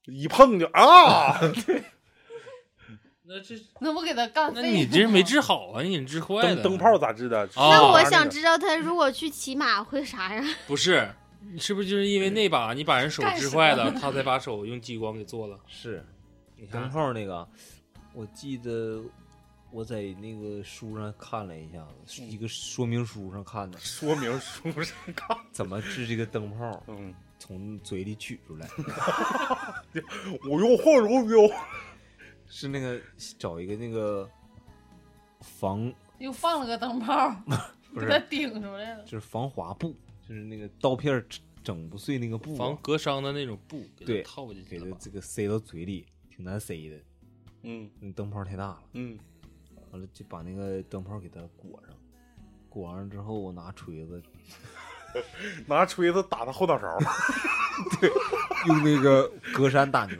一碰就啊，对， 那这那不给他干那废了你这没吗治好啊？你给治坏了。 灯灯泡咋治的？ 啊那我拿那个想知道他如果去骑马会啥样？ 不是，你是不是就是因为那把你把人手治坏了，他才把手用激光给做了？ 是， 你看灯泡那个，我记得我在那个书上看了一下子，一个说明书上看的， 说明书上看怎么治这个灯泡， 嗯， 从嘴里取出来， 我用化妆标， 是那个找一个那个防又放了个灯泡， 不给他是， 顶出来了。 就是防滑布，就是那个刀片整不碎那个布啊， 防割伤的那种布，给对它套进去了吧。 给它这个塞到嘴里，挺难塞的， 嗯那灯泡太大了。 嗯， 完了就把那个灯泡给它裹上，裹上之后我拿锤子， 拿锤子打他后脑勺， 用那个隔山打牛，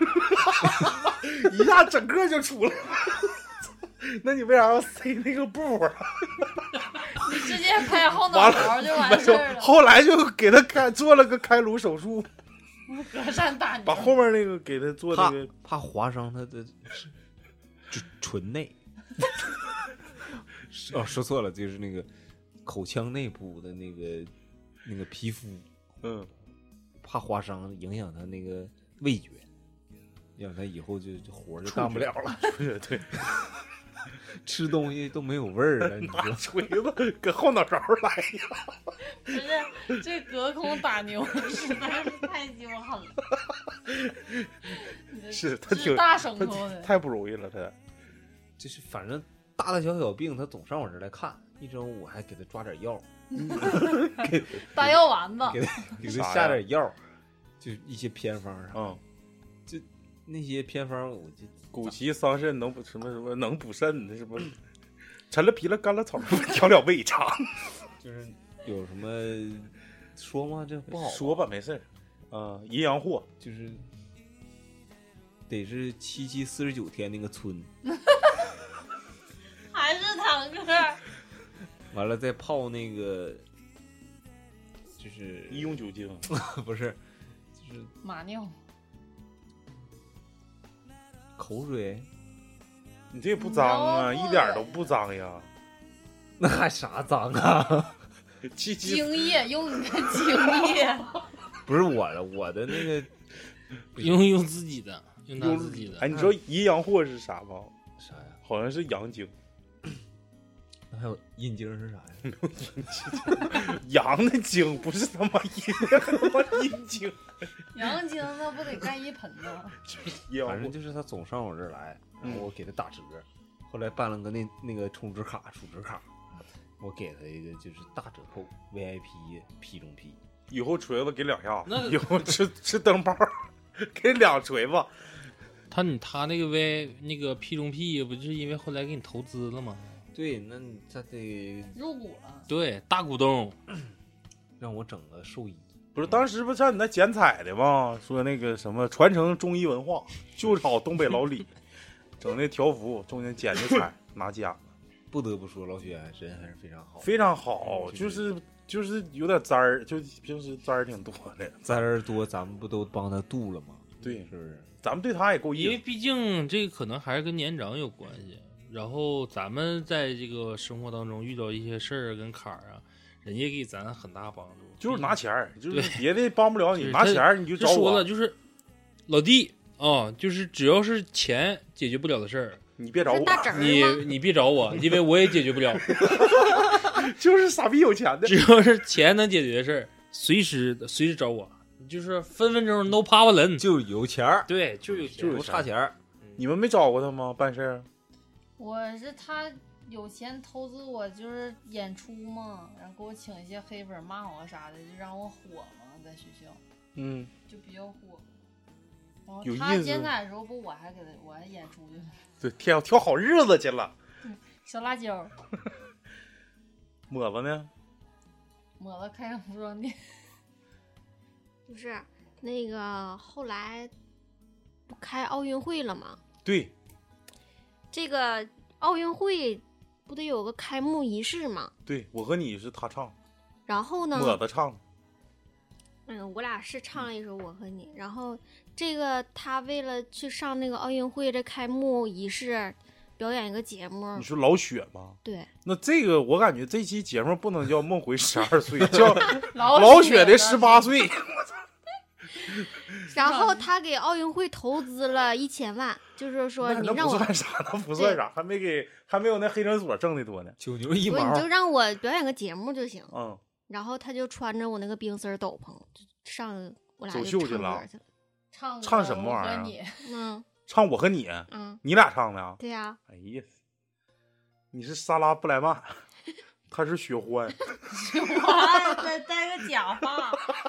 一下整个就出来了。那你为啥要塞那个布啊？ 你直接拍后脑完勺就完没有事儿，了， 后来就给他开做了个开颅手术， 隔山打牛。 把后面那个给他做那怕个， 怕划伤它的唇唇内。哦，说错了，就是那个口腔内部的那个那个皮肤， 嗯， 怕划伤影响他那个味觉，让他以后就就活儿就干不了了， 对对， 吃东西都没有味儿了。你拿说锤子搁后脑勺来呀？ 不是这隔空打牛实在是太鸡巴狠了，你这是他挺大牲他口的。 太不容易了，他就是反正大大小小病，他总上我这儿来看，一周我还给他抓点药， 大药丸子， 给他给他啥呀下点药，就一些偏方啥， 嗯， 那些偏方我就枸杞桑葚能补什么什么能补肾的，什么陈了皮了干了草调了胃肠， 就是有什么说吗？这不好说吧，没事儿啊，阴阳货， 就是得是七七四十九天那个春， 还是堂哥， 完了再泡那个，就是医用酒精， 不是，就是马尿。 口水， 你这也不脏啊， 你知道不一点儿都不脏呀。 那还啥脏啊？ 七七精液，用你的精液。 不是我的，我的那个用用自己的，用他自己的。 哎，你知道阴阳货是啥吗？ 啥呀？ 好像是阳精， 那还有阴茎是啥呀？ 阳的精不是他妈阴的，他妈阴精。 阳精那不得干一盆呢？ 阴阳货反正就是他总上我这儿来，然后我给他打折，后来办了个那那个充值卡、储值卡，我给他一个就是大折扣 V I P P 中 P。 以后锤子给两下， 那以后吃吃灯泡给两锤子。 他你他那个 V 那个 P 中 P 不就是因为后来给你投资了吗？ 对，那你他得入股了。 对，大股东。 让我整个兽医。 不是当时不像你那剪彩的吗？说那个什么传承中医文化，就炒东北老李，整那条幅中间剪的彩拿剪子， 不得不说老许人还是非常好， 非常好，就是就是有点渣儿，就平时渣儿挺多的。 灾儿多，咱们不都帮他渡了吗？ 对， 是不是？ 咱们对他也够因为意思。 毕竟这个可能还是跟年长有关系。然后咱们在这个生活当中遇到一些事儿跟坎儿啊，人家给咱很大帮助。 就是拿钱儿，就是对别的帮不了你， 就是他拿钱儿你就找我就说了，。就是老弟啊，就是只要是钱解决不了的事儿， 你别找我， 是大侄儿你吗？ 你别找我，因为我也解决不了。 就是傻逼有钱的。 只要是钱能解决的事儿，随时随时找我，就是分分钟 no problem。 就有钱儿， 对，就有钱就有不差钱儿。 你们没找过他吗？办事儿？ 我是他有钱投资我，就是演出嘛，然后给我请一些黑粉骂我啥的，就让我火嘛，在学校嗯， 就比较火。然后有他意思剪彩的时候，不我还给他我还演出去了， 对，挑挑好日子去了。 小辣椒， 抹子呢？ 抹了开洋服装店， 不是那个后来不开奥运会了吗？ 对， 这个奥运会不得有个开幕仪式吗？ 对我和你是他唱， 然后呢， 抹子唱。 嗯，我俩是唱了一首《我和你》，然后这个他为了去上那个奥运会这开幕仪式，表演一个节目。 你说老雪吗？ 对， 那这个我感觉这期节目不能叫梦回十二岁，叫老老雪的十八岁。 然后他给奥运会投资了一千万，就是说那那不你让我， 算啥，那不算啥，还没给，还没有那黑诊所挣的多呢。 九牛一不是你毛就，让我表演个节目就行。 嗯， 然后他就穿着我那个冰丝儿斗篷，就上我俩走就唱秀去了歌去了。 唱唱什么玩意儿啊我和你嗯唱我和你， 嗯， 你俩唱的啊？ 对呀、 哎呀，你是莎拉布莱曼，他是雪欢。 哇，再戴个假发。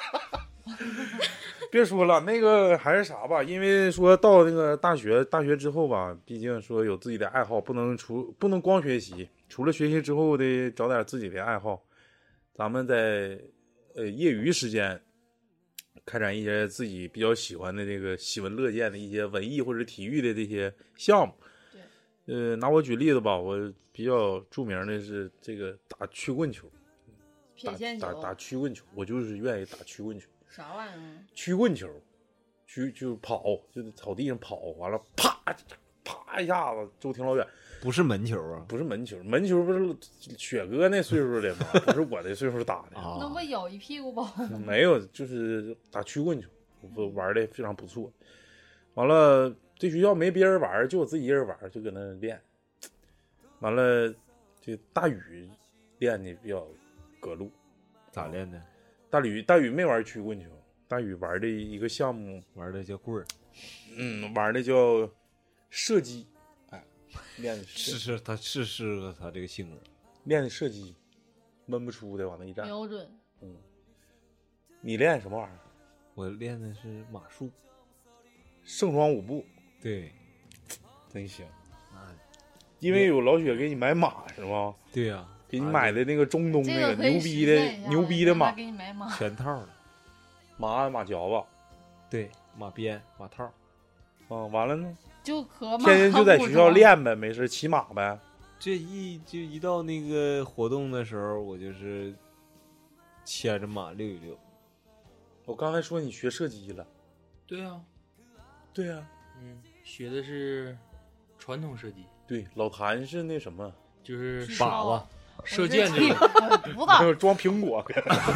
别说了，那个还是啥吧，因为说到那个大学，大学之后吧，毕竟说有自己的爱好，不能除不能光学习，除了学习之后得找点自己的爱好。咱们在呃业余时间开展一些自己比较喜欢的这个喜闻乐见的一些文艺或者体育的这些项目。 对， 呃，拿我举例子吧，我比较著名的是这个打曲棍球， 撇线球打打打曲棍球，我就是愿意打曲棍球。 啥玩意儿？ 曲棍球，曲就跑，就在草地上跑，完了啪啪一下子就挺老远。 不是门球啊， 不是门球，门球不是雪哥那岁数的吗？不是我的岁数打的， 那不咬一屁股包吗？ 没有，就是打曲棍球，我玩的非常不错。完了，这学校没别人玩，就我自己一人玩，就搁那练。完了，这大宇练的比较隔路， 咋练的？ 大宇大宇没玩曲棍球，大宇玩的一个项目， 玩的叫棍儿， 嗯，玩的叫射击，哎，练的是是，他是适合他这个性格， 练的射击，闷不出的往那一站， 瞄准。 嗯，你练什么玩意儿？ 我练的是马术， 盛装舞步， 对， 真行。 啊， 因为有老雪给你买马是吗？ 对呀、啊， 给你买的那个中东那这个可以牛逼的实践一下牛逼的马， 给你买马， 全套的， 马马嚼子， 对，马鞭、马套， 嗯，完了呢， 就可马天天就在学校练呗，没事骑马呗。 这一就一到那个活动的时候，我就是牵着马溜一溜。 我刚才说你学射击了， 对啊， 对呀、啊， 嗯，学的是传统射击， 对，老谭是那什么， 就是靶子、 射箭这个， 不打装苹果。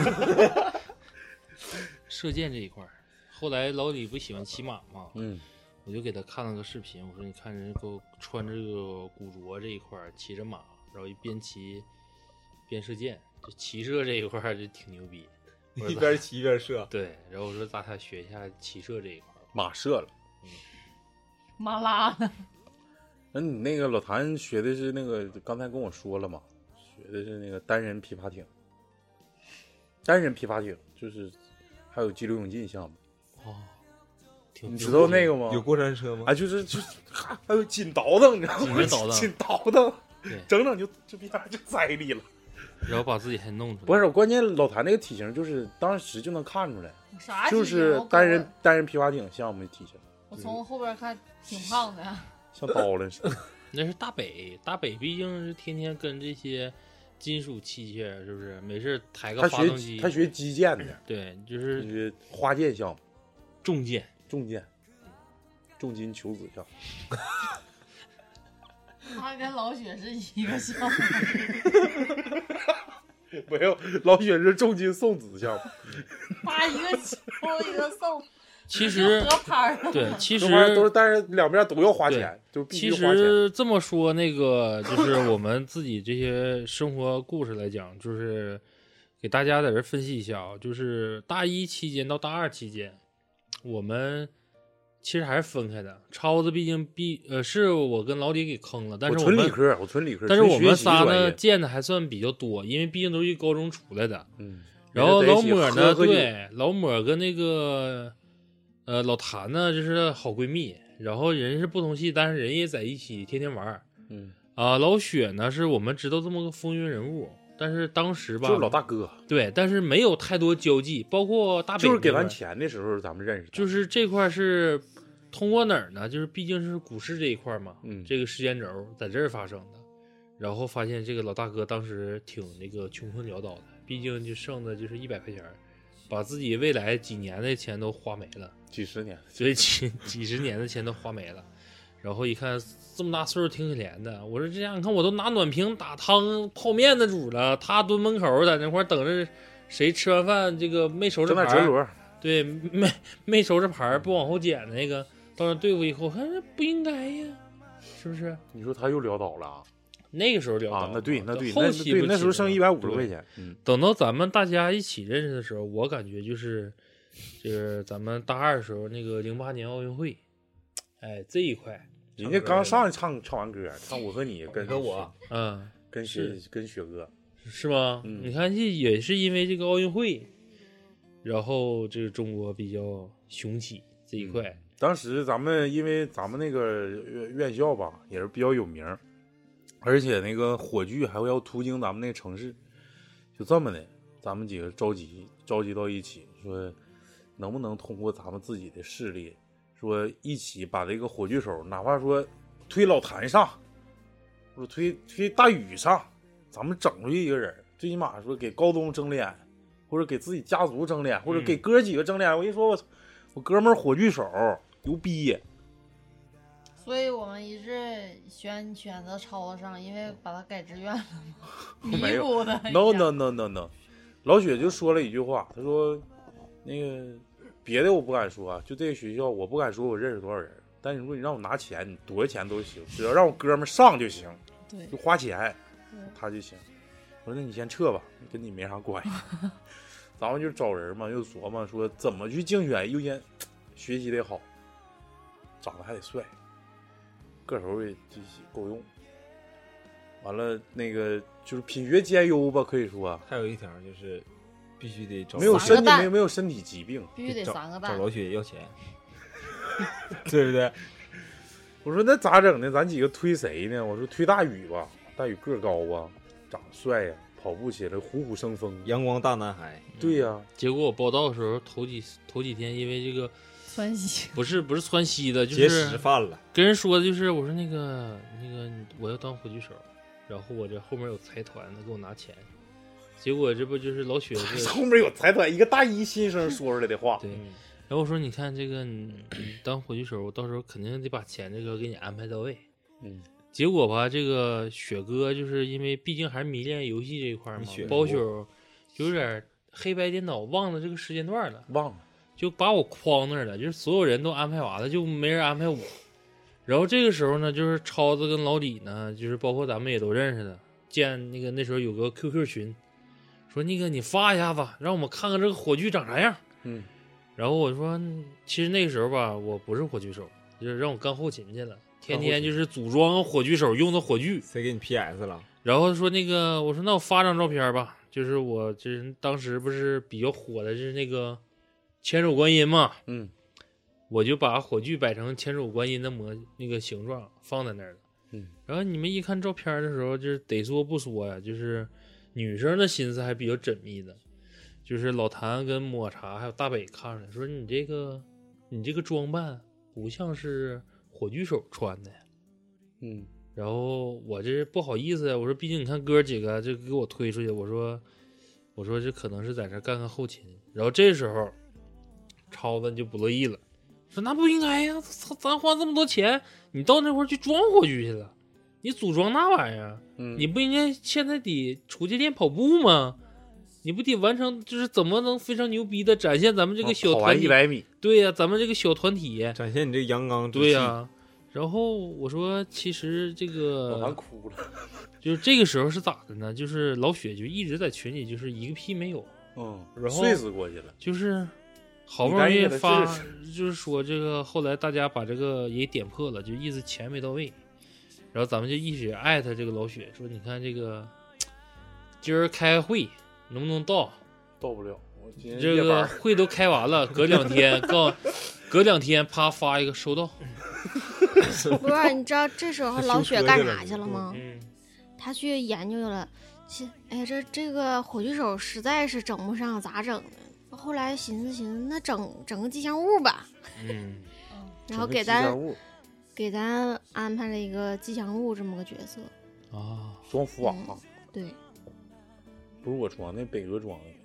射箭这一块儿，后来老李不喜欢骑马嘛， 嗯， 我就给他看了个视频，我说你看人给我穿这个古着这一块儿，骑着马，然后一边骑边射箭，就骑射这一块儿就挺牛逼。 一边骑一边射， 对，然后我说咱俩学一下骑射这一块儿， 马射了， 嗯， 马拉呢？ 那你那个老谭学的是那个，刚才跟我说了嘛，学的是那个单人皮划艇，单人皮划艇就是还有激流勇进项目。 哦，挺你知道那个吗？ 有过山车吗？ 啊，就是就是还有紧倒腾，你知道吗？ 紧着倒腾紧倒腾， 对， 整整就就别就栽里了。 然后把自己还弄出来。 不是，关键老谭那个体型就是当时就能看出来， 啥？ 就是单人单人皮划艇项目的体型。 我从后边看挺胖的， 像刀了似的。 那是大北，大北毕竟是天天跟这些金属器械，是不是？没事抬个他学发动机， 他学击剑的， 对，就是学花剑项目， 重剑， 重剑，重金求子项目。 他跟老雪是一个项目。 没有，老雪是重金送子项目。 发一个求一个送。 其实合拍对，其实都是，但是两边都要花钱，就必须其花钱。 实这么说，那个就是我们自己这些生活故事来讲，就是给大家在这分析一下啊，就是大一期间到大二期间，我们其实还是分开的。超子毕竟毕呃是我跟老李给坑了，但是我我们纯理科，我纯理科， 但是我们仨呢纯学习专业见的还算比较多，因为毕竟都是一高中出来的。 嗯， 然后老抹呢， 喝喝酒对，老抹跟那个呃老谭呢，就是好闺蜜。然后人是不同系，但是人也在一起天天玩儿。 嗯啊、老雪呢是我们知道这么个风云人物，但是当时吧， 就是老大哥， 对，但是没有太多交际，包括大北就是给咱那块儿钱的时候咱们认识的。 就是这块是通过哪儿呢？就是毕竟是股市这一块嘛， 嗯这个时间轴在这儿发生的，然后发现这个老大哥当时挺那个穷困潦倒的，毕竟就剩的就是一百块钱儿， 把自己未来几年的钱都花没了， 几十年， 所以几几十年的钱都花没了。然后一看这么大岁数挺可怜的，我说这样你看我都拿暖瓶打汤泡面的主了，他蹲门口在那块等着谁吃完饭这个没收拾盘， 折轮， 对，没没收拾盘不往后捡那个，到那对付以后，看这不应该呀，是不是？ 你说他又潦倒了啊？ 那个时候潦倒啊，那对，那对， 后期对，那时候剩一百五十块钱。 钱。嗯， 等到咱们大家一起认识的时候，我感觉就是，就是咱们大二的时候那个零八年奥运会，哎，这一块， 人家刚上去唱唱完歌，唱我和你跟跟我， 嗯，跟雪跟雪哥， 是吗？ 嗯， 你看这也是因为这个奥运会，然后这个中国比较雄起这一块。 嗯、当时咱们因为咱们那个院校吧，也是比较有名。而且那个火炬还会要途经咱们那个城市，就这么的，咱们几个召集召集到一起，说能不能通过咱们自己的势力，说一起把这个火炬手，哪怕说推老谭上，或者推推大宇上，咱们整出去一个人，最起码说给高中争脸，或者给自己家族争脸，或者给哥几个争脸。嗯、我一说我我哥们儿火炬手牛逼。 所以我们一致选选择超子上，因为把他改志愿了嘛， 没有的。 no no no no no， 老雪就说了一句话，他说那个别的我不敢说，就这个学校我不敢说我认识多少人，但是如果你让我拿钱，你多少钱都行，只要让我哥们上就行， 对， 就花钱他就行。我说那你先撤吧，跟你没啥关系。咱们就找人嘛，又琢磨说怎么去竞选，又先学习得好，长得还得帅。个头也够用，完了那个就是品学兼优吧，可以说。 还有一条就是必须得找没有身体没有没有身体疾病， 必须得三个蛋， 找老雪要钱，对不对？ 我说那咋整呢？咱几个推谁呢？我说推大宇吧，大宇个高啊，长得帅呀、啊，跑步起来虎虎生风， 阳光大男孩。 对呀、啊嗯。结果我报道的时候，头几头几天因为这个。 窜稀不是不是窜稀的，就是结石犯了。 跟人说的就是我说那个那个我要当火炬手，然后我这后面有财团的给我拿钱，结果这不就是老雪这后面有财团，一个大一新生说出来的话。 对，然后我说你看这个你当火炬手，我到时候肯定得把钱这个给你安排到位。 嗯， 结果吧，这个雪哥就是因为毕竟还是迷恋游戏这一块嘛，包宿有点黑白颠倒，忘了这个时间段了， 忘了。 就把我框那儿了，就是所有人都安排完了，就没人安排我。然后这个时候呢，就是超子跟老李呢，就是包括咱们也都认识的，建那个那时候有个 Q Q 群，说那个你发一下子，让我们看看这个火炬长啥样。 嗯， 然后我说，其实那个时候吧，我不是火炬手，就是让我干后勤去了，天天就是组装火炬手用的火炬。 谁给你 P S 了？ 然后说那个，我说那我发张照片吧，就是我就是当时不是比较火的，就是那个。千手观音嘛， 嗯， 我就把火炬摆成千手观音的模那个形状放在那儿了， 嗯， 然后你们一看照片的时候，就是得说不说呀，就是女生的心思还比较缜密的，就是老谭跟抹茶还有大北看着说你这个你这个装扮不像是火炬手穿的呀， 嗯， 然后我这不好意思呀，我说毕竟你看哥几个这给我推出去，我说我说这可能是在这干干后勤，然后这时候。超子就不乐意了，说那不应该呀，操，咱花这么多钱，你到那块儿去装火炬去了，你组装那玩意儿， 嗯， 你不应该现在得出去练跑步吗？你不得完成，就是怎么能非常牛逼的展现咱们这个小团体？ 跑完一百米， 对呀、啊，咱们这个小团体展现你这阳刚之气。 对呀、啊，然后我说，其实这个老谭哭了， 就是这个时候是咋的呢？就是老雪就一直在群里，就是一个屁没有， 嗯， 然后睡死过去了， 就是好不容易发，就是说这个后来大家把这个也点破了，就意思钱没到位，然后咱们就一直艾特这个老雪说，你看这个今儿开会能不能到？ 到不了，我今天这个会都开完了，隔两天告，隔两天啪发一个收到。 不是，你知道这时候老雪干啥去了吗？ 嗯， 他去研究了，哎，这这个火炬手实在是整不上，咋整呢？后来寻思寻思，那整整个吉祥物吧。 嗯， 然后给咱给咱安排了一个吉祥物这么个角色啊， 装福瓦、 嗯，对， 不是我装，那北哥装的。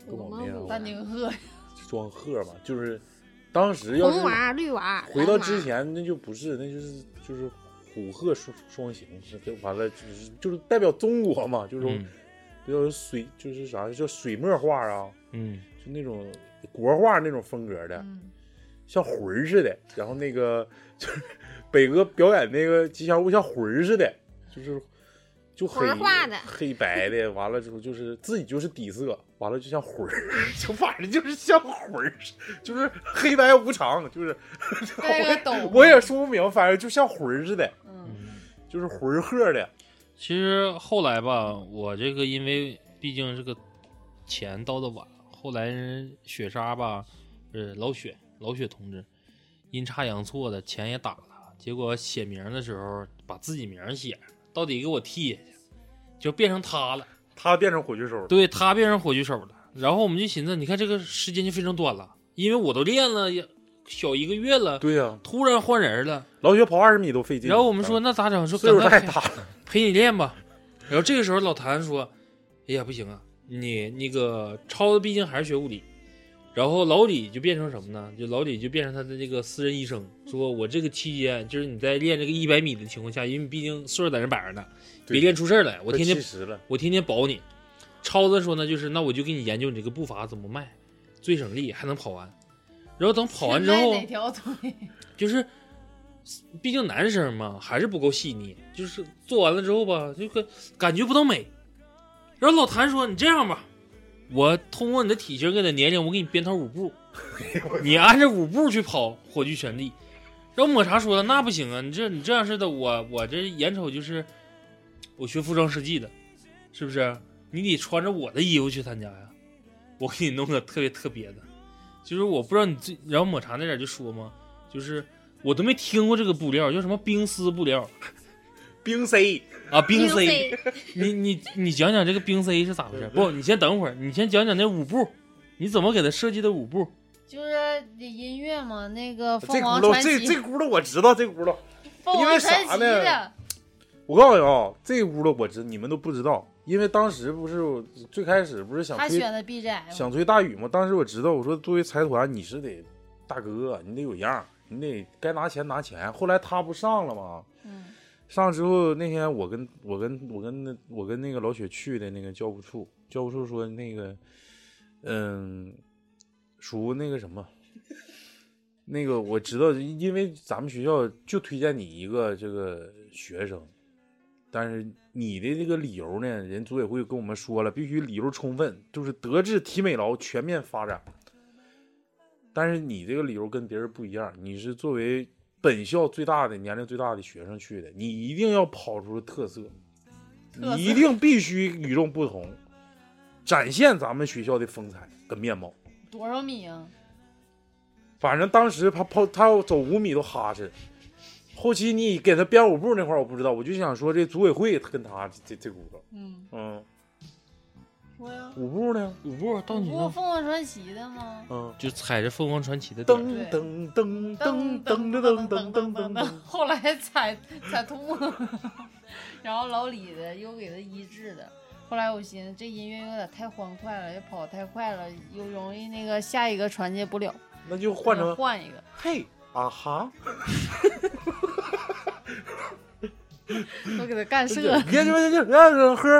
跟我们一样， 丹顶鹤装鹤嘛，就是当时要是红娃、绿娃， 回到蓝娃之前，那就不是，那就是就是虎鹤双双形，就完了，就是就是代表中国嘛，就是嗯比较水，就是啥叫水墨画啊， 嗯， 就那种国画那种风格的， 嗯像魂儿似的。然后那个就是北哥表演那个吉祥物像魂儿似的，就是就黑魂儿画的黑白的，完了之后就是自己就是底色，完了就像魂儿，就反正就是像魂儿，就是黑白无常，就是这个懂我也说不明，反正就像魂儿似的， 嗯就是魂儿鹤的。 其实后来吧，我这个因为毕竟这个钱到的晚，后来人雪莎吧，呃，老雪老雪同志阴差阳错的钱也打了，结果写名的时候把自己名写上，到底给我踢下去，就变成他了， 他变成火炬手了， 对他变成火炬手了。然后我们就寻思，你看这个时间就非常短了，因为我都练了也小一个月了， 对呀、啊， 突然换人了， 老雪跑二十米都费劲。 然后我们说那咋整？说岁数太赶快大了， 陪你练吧。然后这个时候老谭说：“哎呀，不行啊，你那个超子毕竟还是学物理。”然后老李就变成什么呢？就老李就变成他的这个私人医生，说我这个期间就是你在练这个一百米的情况下，因为毕竟岁数在那摆着呢，别练出事来。我天天我天天保你。超子说呢，就是那我就给你研究你这个步伐怎么迈，最省力还能跑完。然后等跑完之后， 哪条腿？ 就是毕竟男生嘛，还是不够细腻。就是做完了之后吧，就感觉不到美。然后老谭说：“你这样吧，我通过你的体型跟你的年龄，我给你编套舞步，你按着舞步去跑火炬全力。”然后抹茶说了：“那不行啊，你这你这样式的，我我这眼瞅就是我学服装设计的，是不是？你得穿着我的衣服去参加呀，我给你弄个特别特别的。”就是我不知道你最，然后抹茶那点就说嘛，就是我都没听过这个布料，叫什么冰丝布料， 冰 C 啊，冰 C， 你你你讲讲这个冰 C 是咋回事？不，你先等会儿，你先讲讲那舞步，你怎么给他设计的舞步？ 就是音乐嘛，那个凤这轱辘， 凰传奇， 这这轱辘我知道，这轱辘， 凤凰传奇的。 我告诉你啊，这轱辘我知，你们都不知道。因为当时不是最开始不是想他选的 B G M 想吹大雨吗？当时我知道，我说作为财团你是得大哥，你得有样，你得该拿钱拿钱。后来他不上了吗？ 嗯， 上之后那天我跟我跟我跟那我跟那个老雪去的那个教务处，教务处说那个嗯，属那个什么，那个我知道，因为咱们学校就推荐你一个这个学生。但是你的这个理由呢，人组委会跟我们说了，必须理由充分，就是德智体美劳全面发展。但是你这个理由跟别人不一样，你是作为本校最大的年龄最大的学生去的，你一定要跑出特色，你一定必须与众不同，展现咱们学校的风采跟面貌。 多少米啊？ 反正当时他跑他要走五米都哈哧。后期你给他编舞步那块我不知道，我就想说这组委会跟他这这轱辘， 嗯嗯， 说呀， 舞步呢？ 舞步到你不呢？ 凤凰传奇的吗？ 嗯， 就踩着凤凰传奇的噔噔噔噔噔噔噔噔噔噔， 后来踩踩吐了，然后老李的又给他医治的。后来我寻思这音乐有点太欢快了，也跑得太快了，又容易那个下一个传接不了， 那就换成换一个。 嘿。啊哈！ 我给他干射了。 别别别别别喝！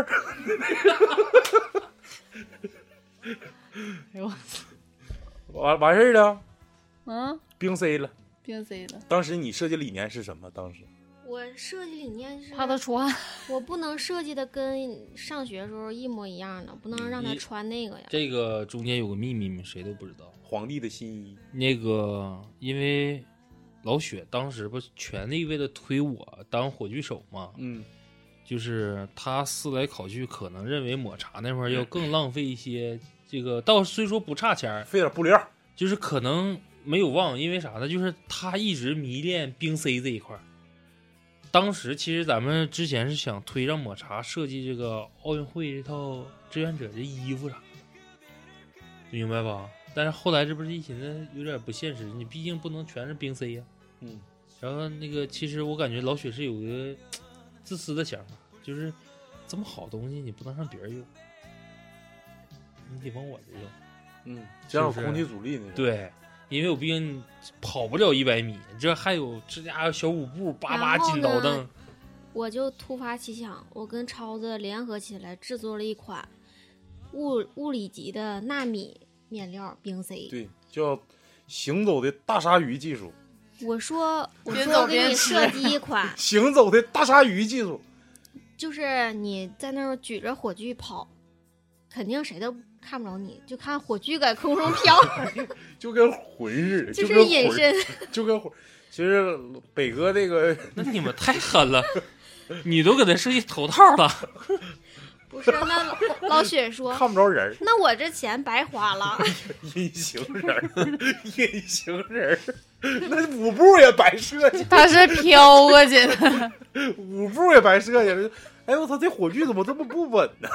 哎呦我操！ 完完事儿了。 嗯。 冰 C 了。 冰 C 了。 当时你设计理念是什么？当时我设计理念是怕他穿， 我不能设计的跟上学时候一模一样的，不能让他穿那个呀。 这个中间有个秘密，谁都不知道。 皇帝的新衣。 那个，因为老雪当时不全力为了推我当火炬手嘛， 嗯， 就是他思来考去，可能认为抹茶那块要更浪费一些。这个倒虽说不差钱， 费点布料， 就是可能没有忘，因为啥呢？就是他一直迷恋冰 C 这一块。当时其实咱们之前是想推让抹茶设计这个奥运会这套志愿者的衣服啥，明白吧？但是后来这不是一寻思有点不现实，你毕竟不能全是冰 C 呀、 啊。嗯， 然后那个其实我感觉老雪是有个自私的想法，就是这么好东西你不能让别人用。 你得往我这扔。 嗯，这样有是不是空气阻力那种。 对，因为我毕竟跑不了一百米，这还有这家伙小舞步，叭叭金倒蹬。 我就突发奇想，我跟超子联合起来制作了一款物物理级的纳米面料冰 C。 对，叫行走的大鲨鱼技术。 我说，我边说给你走边吃设计一款， 行走的大鲨鱼技术， 就是你在那儿举着火炬跑，肯定谁都看不着你，就看火炬在空中飘， 就跟魂似的， 就就是跟魂， 隐身。 就跟魂。其实北哥这个， 那你们太狠了，你都给他设计头套了。 不是，那老老雪说， 看不着人儿， 那我这钱白花了。 隐形人儿，隐形人儿，那舞步也白设计， 他是飘过去的。 舞步也白设计了。哎我操，这火炬怎么这么不稳呢？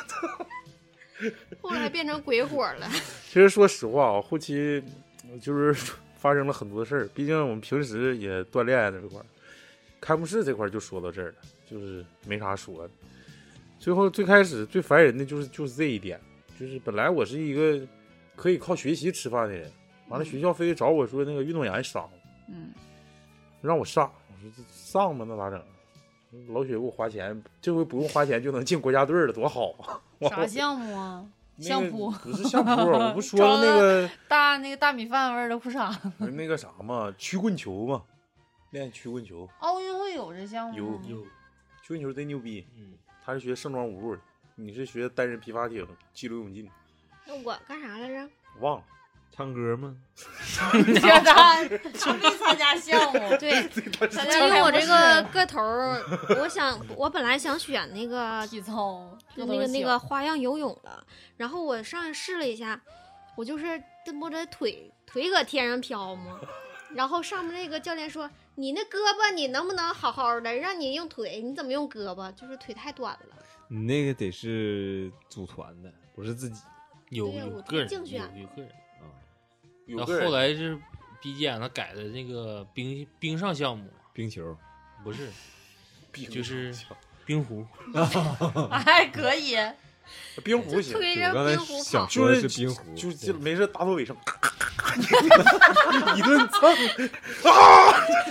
后来变成鬼火了。 其实说实话啊，后期就是发生了很多事儿，毕竟我们平时也锻炼这块儿，开幕式这块儿就说到这儿了，就是没啥说的。最后最开始最烦人的就是就是这一点，就是本来我是一个可以靠学习吃饭的人，完了学校非得找我说那个运动员上， 嗯， 让我上，我说这上吧，那咋整？老雪给我花钱，这回不用花钱就能进国家队了，多好啊！ 啥项目啊？ 那个相扑不是相扑，我不说了那个大那个大米饭味儿的裤衩。 那个啥嘛，曲棍球嘛，练曲棍球。 奥运会有这项目有吗？ 有， 曲棍球贼牛逼， 嗯， 他是学盛装舞步的，你是学单人皮划艇、激流勇进， 那我干啥来着？ 忘了。 唱歌吗？ 觉得他没参加项目， 对， 参因为我这加开幕式个个头儿，我想我本来想选那个体操， 就那个那个花样游泳了，然后我上去试了一下，我就是这不这腿腿搁天上飘吗？然后上面那个教练说：“你那胳膊你能不能好好的？让你用腿，你怎么用胳膊？就是腿太短了。” 你那个得是组团的，不是自己有对呀我有个人竞选有有个人。 啊。 有个人然后后来是 B G M 他改的那个冰冰上项目， 冰球， 不是冰就是冰壶。 还可以。 冰壶行， 推着我刚才冰壶跑， 想说的就是是冰壶， 就对就没事大头尾声，咔咔咔咔一顿蹭啊！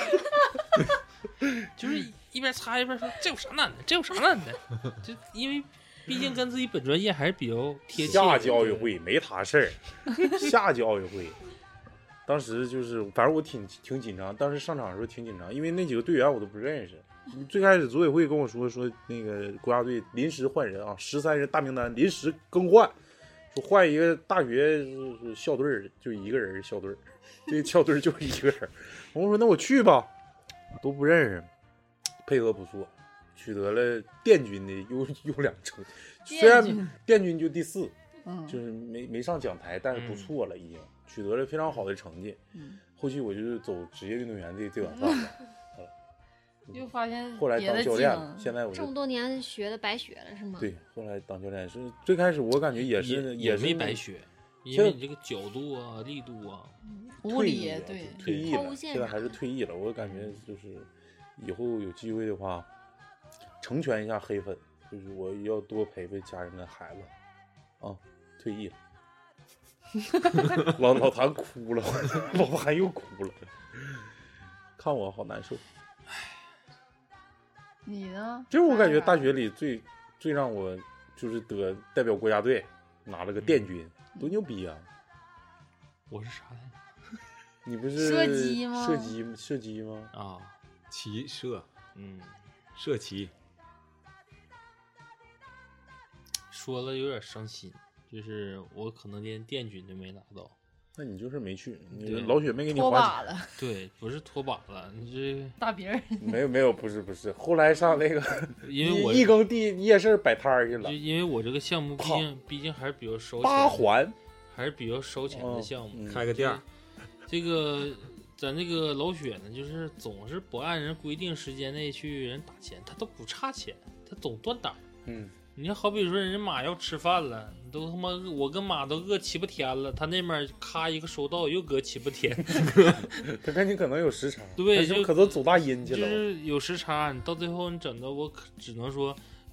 就是一边擦一边说这有啥难的，这有啥难的，就因为毕竟跟自己本专业还是比较贴切。 夏季奥运会没他事儿，夏季奥运会，当时就是反正我挺挺紧张，当时上场的时候挺紧张，因为那几个队员我都不认识。最开始组委会跟我说说那个国家队临时换人啊，十三人大名单临时更换，说换一个大学校队就一个人校队，这个校队就一个人。我说那我去吧，都不认识，配合不错，取得了殿军的优优良成绩。虽然殿军就第四， 嗯， 就是没没上讲台，但是不错了，已经取得了非常好的成绩。 嗯， 后期我就走职业运动员这这碗饭了。 又发现后来别的当教练了， 技能， 现在我就这么多年学的白学了是吗？ 对，后来当教练是最开始我感觉也是也是没白学，因为你这个角度啊、力度啊， 物理退役了对就退役了， 抛物线现在还是退役了。我感觉就是以后有机会的话，成全一下黑粉，就是我要多陪陪家人跟孩子啊。退役了，老老谭哭了，老谭又哭了，看我好难受。 你呢？ 就是我感觉大学里最最让我就是得代表国家队拿了个殿军，多牛逼啊！ 我是啥来你不是射击吗射击射击吗？ 着啊？ 骑射嗯， 射骑， 说了有点伤心，就是我可能连殿军都没拿到。 那你就是没去，你对老雪没给你脱花把了， 对，不是脱靶了，你这大别人钱，没有没有，不是不是，后来上那个因为我一更地夜市摆摊儿去了就，因为我这个项目毕跑竟毕竟还是比较烧八钱， 环还是比较烧钱的项目。 嗯开个店儿， 这个咱这个老雪呢，就是总是不按人规定时间内去人打钱，他都不差钱，他总断档。 嗯， 你看，好比说人家马要吃饭了，你都他妈我跟马都饿七八天了，他那边咔一个收到又隔七八天， 他跟你可能有时差， 对就他是可能走大阴去了， 就是有时差。你到最后你整的我可只能说，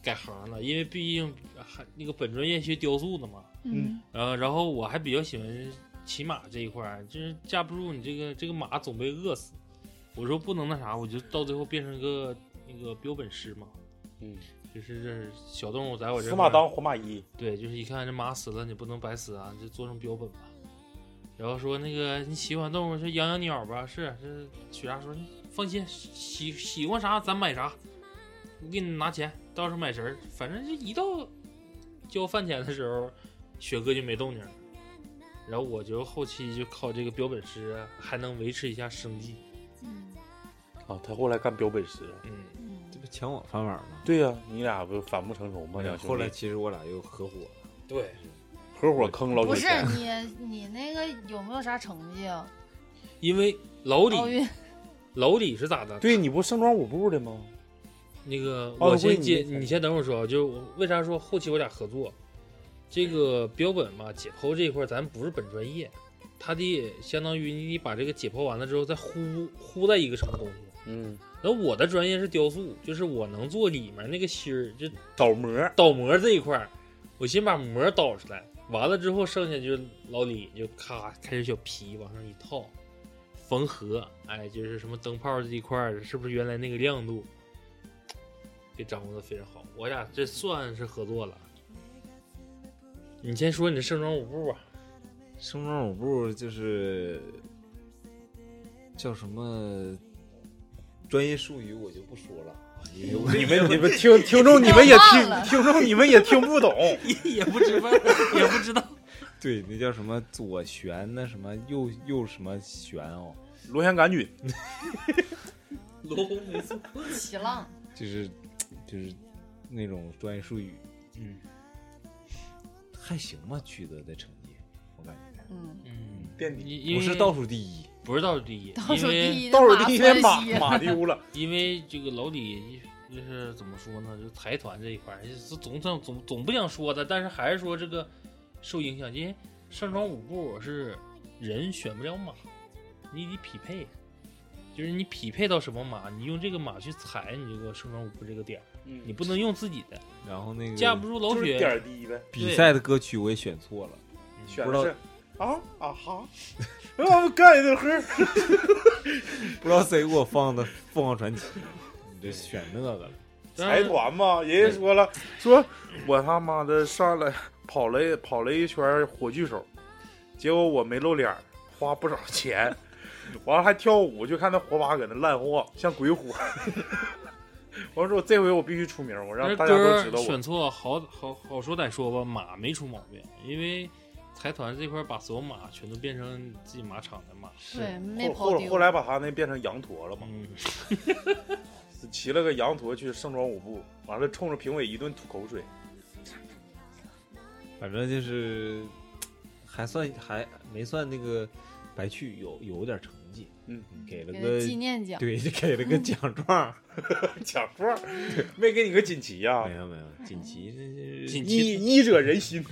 改行了，因为毕竟还那个本专业学雕塑的嘛。 嗯， 然后然后我还比较喜欢骑马这一块儿，就是架不住你这个这个马总被饿死。我说不能那啥，我就到最后变成一个那个标本师嘛。 嗯， 就是这小动物在我这死马当活马医。 对，就是一看这马死了，你不能白死啊，就做成标本吧。然后说那个你喜欢动物，就养养鸟吧。是，这许啥说放心，喜喜欢啥咱买啥，我给你拿钱，到时候买食儿。反正就一到交饭钱的时候，雪哥就没动静了。然后我就后期就靠这个标本师还能维持一下生计。 嗯， 啊，他后来干标本师了。 嗯， 这不抢我饭碗吗？ 对呀、啊，你俩不反目成仇吗？两兄弟后来其实我俩又合伙了。 对， 合伙坑老不是小钱。 你你那个有没有啥成绩啊？ 因为老李奥运老李是咋的？ 对，你不盛装舞步的吗？ 那个奥运会我先接， 你你先等会儿说啊，就是我为啥说后期我俩合作？这个标本嘛，解剖这一块咱不是本专业，他得相当于你把这个解剖完了之后再糊糊在一个什么东西。 嗯， 然后我的专业是雕塑，就是我能做里面那个芯儿，就倒模。 倒模这一块儿，我先把模倒出来，完了之后剩下就是老李就咔开始小皮往上一套，缝合，哎，就是什么灯泡这一块儿是不是原来那个亮度，给掌握的非常好。我俩这算是合作了。你先说你的盛装舞步吧。 盛装舞步就是叫什么专业术语我就不说了，因为我你们你们听听众你们也听听众你们也听不懂， 也也不知道也不知道。 对，那叫什么左旋那什么右右什么旋哦， 螺旋杆菌。 罗红没错， 起浪， 就是就是那种专业术语， 嗯， 还行吧，取得的成绩，我感觉， 嗯嗯， 垫底， 因为不是倒数第一， 不是倒数第一， 倒数第一， 倒数第一天马马马丢了。 因为这个老李就是怎么说呢，就财团这一块儿，是总总总总不想说的，但是还是说这个受影响，因为盛装舞步是人选不了马，你得匹配，就是你匹配到什么马，你用这个马去踩你这个盛装舞步这个点儿， 嗯你不能用自己的， 然后那个架不住老就是雪点儿低呗。 比赛的歌曲我也选错了，不知道选的是啊啊哈，啊干一顿喝。 不知道谁给我放的《凤凰传奇》，你这选那个了。 财团嘛，人家说了，说我他妈的上来跑了跑了一圈火炬手，结果我没露脸，花不少钱，完了还跳舞，就看那火把搁那烂晃，像鬼火。我说我这回我必须出名，我让大家都知道我。 歌选错，好好好说歹说吧，马没出毛病，因为财团这块把所有马全都变成自己马场的马。 对，没后跑丢。 后后来把他那变成羊驼了嘛， 嗯， 骑了个羊驼去盛装舞步，完了冲着评委一顿吐口水。 反正就是还算还没算那个白去，有有点成绩， 嗯， 给了给个他纪念奖， 对，就给了个奖状， 奖状没给你个锦旗呀、 没有没有，锦旗那就是锦医医者仁心，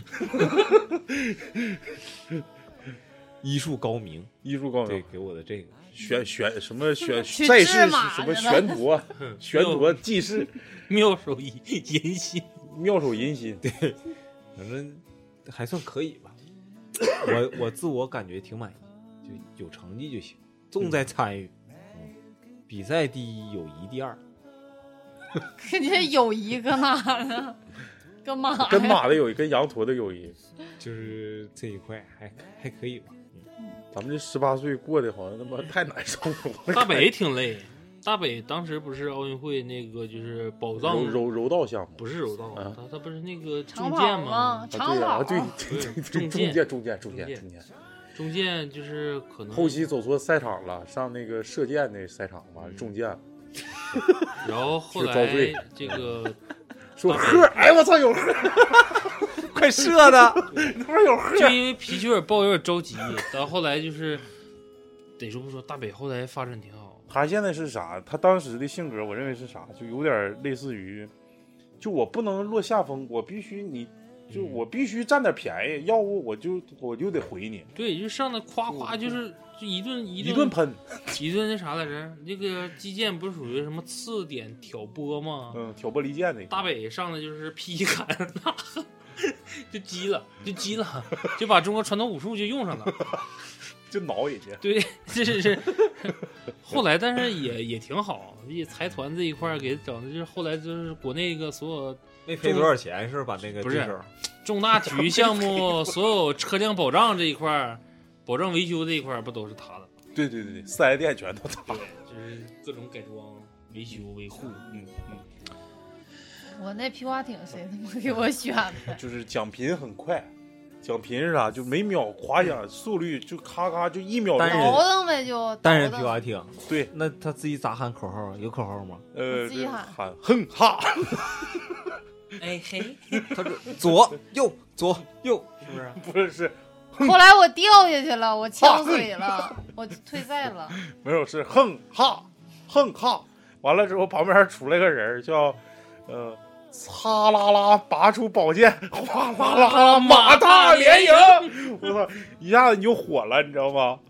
医术高明， 医术高对， 明。 给我的这个选选什么选去赛事治马什么去了悬铎悬铎济世妙手银银心。 妙手银心。对， 反正还算可以吧。我我自我感觉挺满意，就有成绩就行，重在参与。嗯，比赛第一，友谊第二。 跟你友谊搁哪呢？跟马呀跟马的友谊，跟羊驼的友谊， 就是这一块还还可以吧。 咱们这十八岁过的好像他妈太难受了。 大北挺累，大北当时不是奥运会那个就是宝藏柔柔柔道项目不是柔道， 啊他他不是那个长重剑跑吗？ 吗？ 长跑， 对啊，对对对对， 重剑中箭中箭中箭中箭中箭。 中剑就是可能后期走错赛场了，上那个射箭那赛场完了中箭了， 然后后是遭罪来这个说喝，哎我操有喝， 快射的， 那边有喝。 就因为脾气有点暴，有点着急，到后来就是得说不说，大北后来发展挺好。 他现在是啥？他当时的性格，我认为是啥？就有点类似于，就我不能落下风，我必须你就我必须占点便宜，要不我就我就得回你。 对，就上来夸夸就是就一顿一顿一顿喷， 一顿那啥来着？那个击剑不是属于什么刺点挑拨吗？ 嗯，挑拨离间那个。 大北上来就是劈砍那，就击了，就击了，就把中国传统武术就用上了， 就挠人家。 对，这是是。后来，但是也也挺好，也财团这一块给整的，就是后来就是国内个所有没赔多少钱是吧？那个不是对手重大体育项目，所有车辆保障这一块，保障维修这一块不都是他的？ 对对对对，四 S 店全都他。 对，就是各种改装、维修、维护。 嗯嗯。 我那皮划艇谁他妈给我选的？ 就是奖品很快，奖品是啥？就每秒滑翔速率就咔咔就一秒钟。 倒腾呗就。 单人皮划艇。 对， 那他自己咋喊口号？有口号吗？ 呃， 自己喊喊哼哈。 哎嘿， 他说左右左右，是不是？ 不是是。 后来我掉下去了，我呛水了，我退赛了。 没有，是哼哈哼哈。完了之后，旁边出来个人叫呃。擦啦啦，拔出宝剑，哗啦啦，马大连营！我操，一下子你就火了，你知道吗？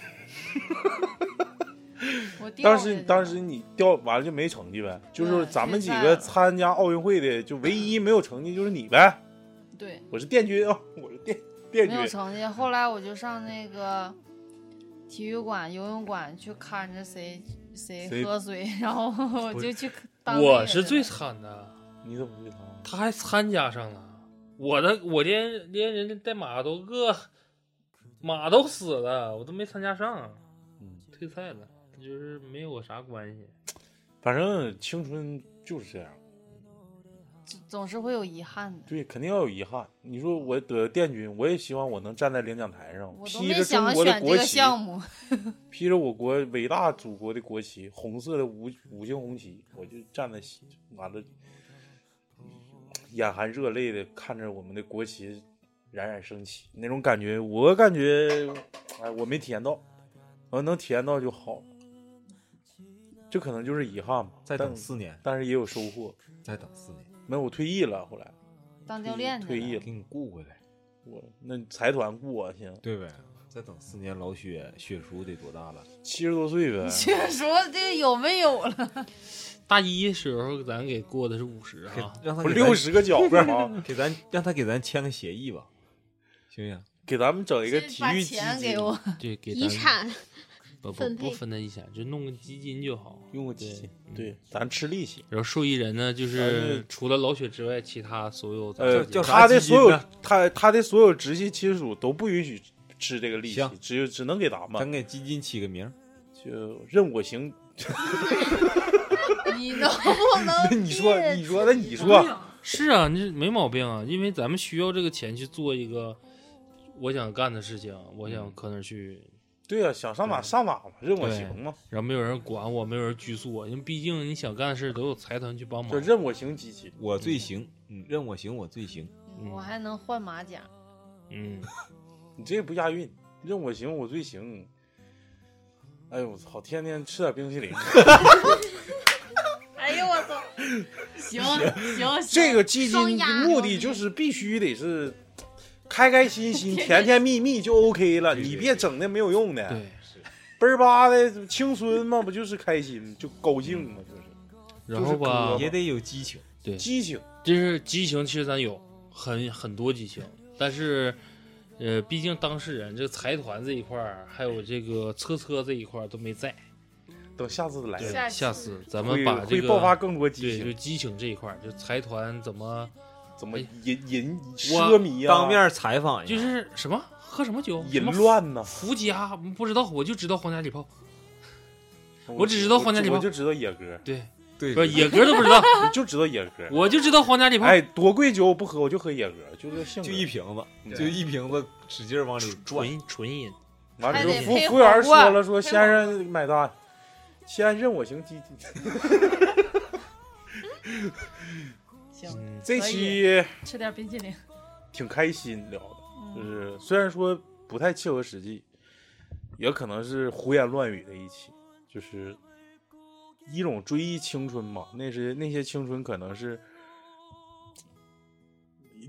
当时当时你掉完了就没成绩呗，就是咱们几个参加奥运会的，就唯一没有成绩就是你呗。 对， 我是殿军啊，我是殿殿军。 没有成绩，后来我就上那个体育馆、游泳馆去看着谁谁喝水，然后我就去当。 我是最惨的。 你怎么最惨？ 他还参加上了，我的我连连人家带马都饿，马都死了，我都没参加上， 嗯， 退赛了，就是没有啥关系。 反正青春就是这样， 总是会有遗憾的。 对，肯定要有遗憾。你说我得殿军，我也希望我能站在领奖台上， 我都披着中国的国旗，披着我国伟大祖国的国旗，红色的五五星红旗，我就站在完了。眼含热泪的看着我们的国旗冉冉升起，那种感觉，我感觉，哎，我没体验到，我能体验到就好。这可能就是遗憾吧。 再等四年， 但是也有收获。 再等四年， 没有，我退役了，后来当教练退役了， 给你雇回来。 我那财团雇我行， 对呗？再等四年，老雪雪叔得多大了？ 七十多岁呗。 雪叔这有没有了？ 大一时候咱给过的是五十啊， 让他六十个饺子啊， 给咱让他给咱签个协议吧，行不行？ 给咱们整一个体育基金，给我对，给遗产不不不分他遗产，就弄个基金就好， 用个基金，对，咱吃利息。 然后受益人呢，就是除了老雪之外，其他所有呃， 叫他的所有他他的所有直系亲属都不允许吃这个利息，只有只能给咱们。 咱给基金起个名， 就任我行。 你能不能？ 你说，你说，那你说， 是啊，你没毛病啊，因为咱们需要这个钱去做一个我想干的事情，我想可能去。 对呀、啊，想上哪上哪嘛，任我行嘛。 然后没有人管我，没有人拘束我，因为毕竟你想干的事都有财团去帮忙。 就任我行机器， 我最行，嗯，任我行，我最行。 嗯、我还能换马甲。 嗯， 你这不押韵，任我行，我最行。哎呦我操！天天吃点冰淇淋。 哎呦我操！行行， 这个基金目的就是必须得是开开心心、甜甜蜜蜜就 OK 了，你别整的没有用的。 对， 倍儿巴的青春嘛，不就是开心就高兴嘛，就是。 然后吧， 也得有激情， 对， 激情， 就是激情，其实咱有很很多激情，但是。呃，毕竟当事人这个财团这一块儿，还有这个车车这一块儿都没在。 等下次来， 下次, 下次咱们把这个会爆发更多激情， 对，就激情这一块儿，就财团怎么怎么淫淫奢靡啊， 当面采访一下，就是什么喝什么酒， 淫乱呐， 福家不知道，我就知道皇家礼炮，我只知道皇家礼炮， 我就知道野歌， 对。 对， 不是野格都不知道， 就知道野格， 我就知道皇家礼炮。 哎，多贵酒我不喝，我就喝野格，就这性格， 就一瓶子，就一瓶子，使劲往里转， 纯纯饮。 完了之后，服服务员说了，说先生买单，先任我行，基金。 行， 这期吃点冰淇淋， 挺开心聊的，就是虽然说不太切合实际，也可能是胡言乱语的一期，就是。一种追忆青春嘛，那是那些青春可能是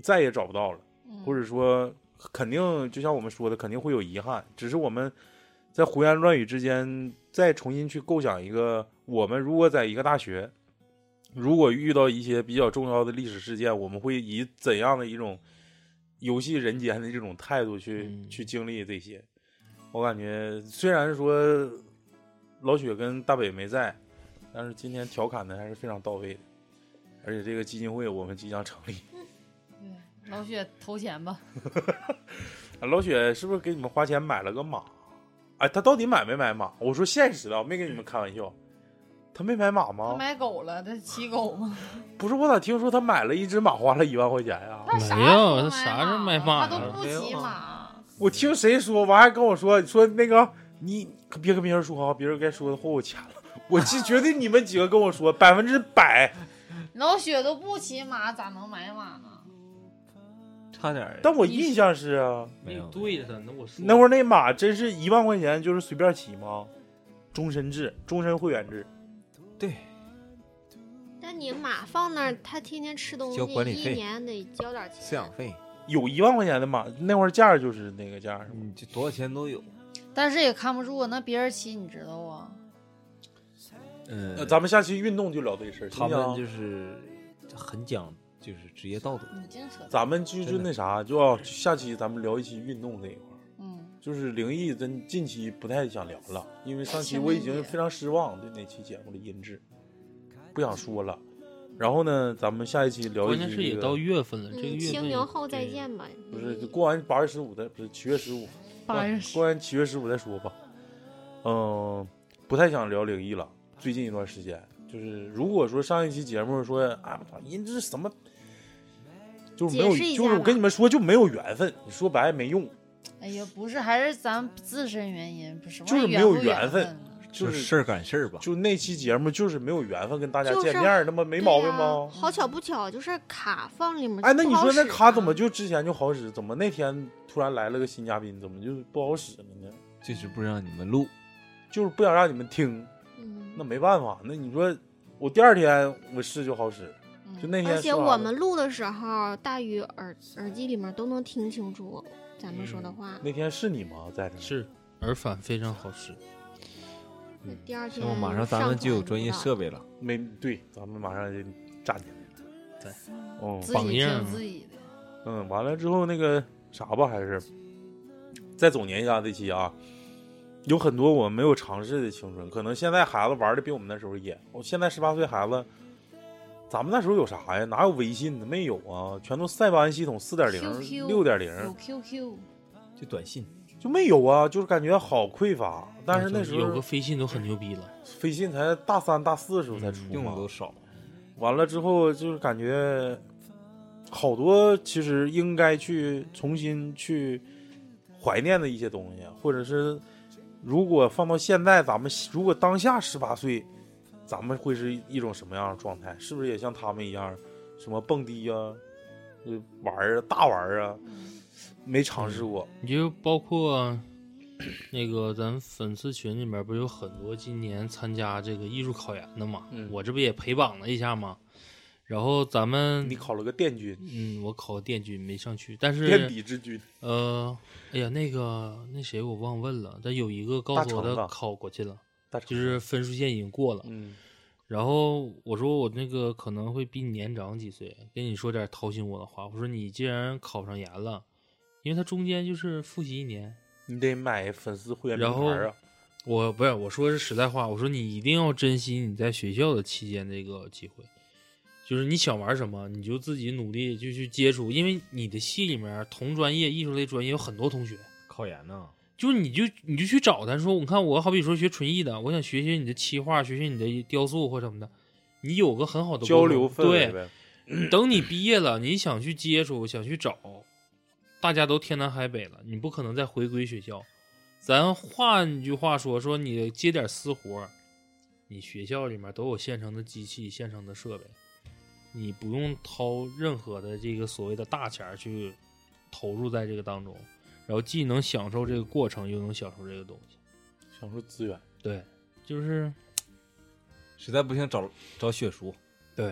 再也找不到了， 嗯或者说肯定就像我们说的，肯定会有遗憾，只是我们在胡言乱语之间再重新去构想一个，我们如果在一个大学，如果遇到一些比较重要的历史事件，我们会以怎样的一种游戏人间的这种态度去、 嗯、 去经历这些。我感觉虽然说老雪跟大北没在，但是今天调侃的还是非常到位的，而且这个基金会我们即将成立。 对，老雪投钱吧。 老雪是不是给你们花钱买了个马？哎，他到底买没买马？我说现实的，我没跟你们开玩笑。他没买马吗？ 他买狗了，他骑狗吗？ 不是，我咋听说他买了一只马，花了一万块钱呀、 他啥没有，他时候啥时候买马马他都不了？ 骑马。 我听谁说，完还跟我说说那个你可别跟别人说啊，别人该说的货我钱了。我是觉得你们几个跟我说百分之百。 老雪都不骑马，咋能买马呢？ 差点。 但我印象是啊， 没有对着他，那我说那会儿那马真是一万块钱就是随便骑吗？终身制，终身会员制。 对。 但你马放那儿，他天天吃东西， 交管理费一年得交点钱。 饲养费有一万块钱的马，那会儿价就是那个价，是吗？ 嗯，就多少钱都有。 但是也看不住，那别人骑你知道啊？ 嗯、 呃，咱们下期运动就聊这事儿。 他们就是很讲就是职业道德。 你净扯。 咱们就就那啥，就、啊、下期咱们聊一期运动这一块儿。 嗯， 就是灵异，真近期不太想聊了，因为上期我已经非常失望对那期节目的音质，不想说了。然后呢，咱们下一期聊一期、这个。 关键是也到月份了， 嗯、 这个月份清明后再见吧。 不是，过完八月十五的，不是七月十五， 八月过完七月十五再说吧。嗯，不太想聊灵异了。最近一段时间，就是如果说上一期节目说啊，音质什么，就是没有，就是我跟你们说就没有缘分，你说白没用。 哎呀，不是，还是咱自身原因，不是， 就是没有缘分。 就是事儿赶事儿吧， 就那期节目就是没有缘分跟大家就是、 见面，那么没毛病吗、 啊？好巧不巧，就是卡放里面、啊。 哎，那你说那卡怎么就之前就好使？怎么那天突然来了个新嘉宾，怎么就不好使了呢？ 就是不让你们录， 就是不想让你们听。 嗯， 那没办法，那你说我第二天我试就好使，就那天。 而且我们录的时候，大宇耳耳机里面都能听清楚咱们说的话。 嗯、那天是你吗？在这是耳返非常好使。 嗯、第二天马上咱们就有专业设备了， 没对，咱们马上就站起来了， 对， 哦， 榜样自己的， 嗯，完了之后那个啥吧，还是再总结一下这期啊，有很多我们没有尝试的青春，可能现在孩子玩的比我们那时候野，我现在十八岁孩子，咱们那时候有啥呀？哪有微信呢？没有啊，全都塞班系统四点零、六点零， 有 Q Q， 就短信。 就没有啊，就是感觉好匮乏。但是那时候有个飞信都很牛逼了， 飞信才大三大四的时候才出、嗯， 用的都少。 完了之后就是感觉好多其实应该去重新去怀念的一些东西，或者是如果放到现在，咱们如果当下十八岁，咱们会是一种什么样的状态？是不是也像他们一样，什么蹦迪啊、玩啊、大玩啊？没尝试过， 你就包括那个咱粉丝群里面不是有很多今年参加这个艺术考研的嘛、 嗯、 我这不也陪榜了一下嘛，然后咱们你考了个电军， 嗯，我考电军没上去，但是垫底之军， 呃，哎呀，那个那谁我忘问了，但有一个告诉我他考过去了，就是分数线已经过了， 嗯， 然后我说我那个可能会比你年长几岁，跟你说点掏心窝的话，我说你既然考上研了。因为它中间就是复习一年， 你得买粉丝会员名牌啊。 我不是我说是实在话，我说你一定要珍惜你在学校的期间这个机会，就是你想玩什么，你就自己努力就去接触，因为你的系里面同专业艺术类专业有很多同学考研呢， 就是你就你就去找他说，我看我好比说学纯艺的，我想学学你的漆画，学学你的雕塑或什么的，你有个很好的交流氛围呗。对，等你毕业了，你想去接触，想去找。大家都天南海北了，你不可能再回归学校。咱换句话说，说你接点私活，你学校里面都有现成的机器、现成的设备，你不用掏任何的这个所谓的大钱去投入在这个当中，然后既能享受这个过程，又能享受这个东西， 享受资源。 对，就是实在不行找找血叔。 对，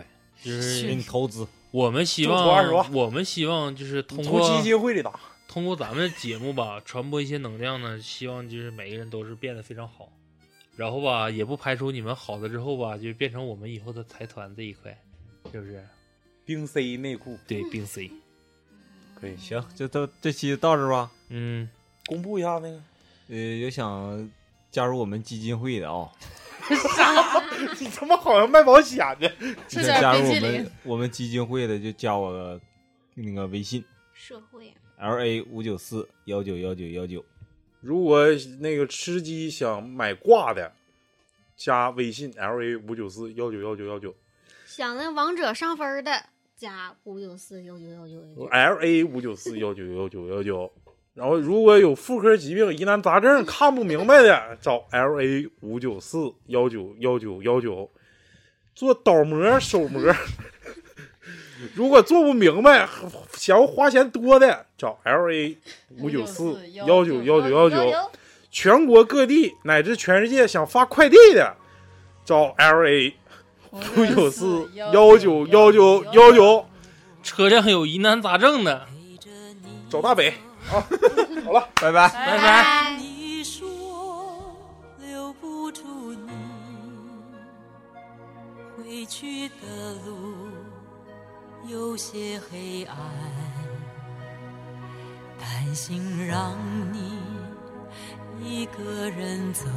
就是给你投资。 我们希就出二十望， 万我们希望就是通从过基金会里打。 通过咱们的节目吧，传播一些能量呢，希望就是每个人都是变得非常好。然后吧，也不排除你们好了之后吧，就变成我们以后的财团这一块，是不是？ 冰 C 内裤， 对，冰 C。 可以， 行，就到这期到这吧。 嗯， 公布一下那个。 呃，有想加入我们基金会的啊、 你他妈好像卖保险的。 想加入我们我们基金会的，就加我的那个微信社会 L A 五九四幺九幺九幺九。 如果那个吃鸡想买挂的，加微信 L A 五九四幺九幺九幺九。 想那王者上分的，加五九四幺九幺九幺九 L A 五九四幺九幺九幺九。然后如果有妇科疾病、疑难杂症看不明白的，找 L A 五九四幺九幺九幺九。做倒模、手模。如果做不明白，想要花钱多的，找 L A 五九四幺九幺九幺九。全国各地乃至全世界想发快递的，找 L A 五九四幺九幺九幺九。 车上有疑难杂症的， 找大北啊！好了，拜拜， 拜拜。 你说留不住你，回去的路有些黑暗，担心让你一个人走，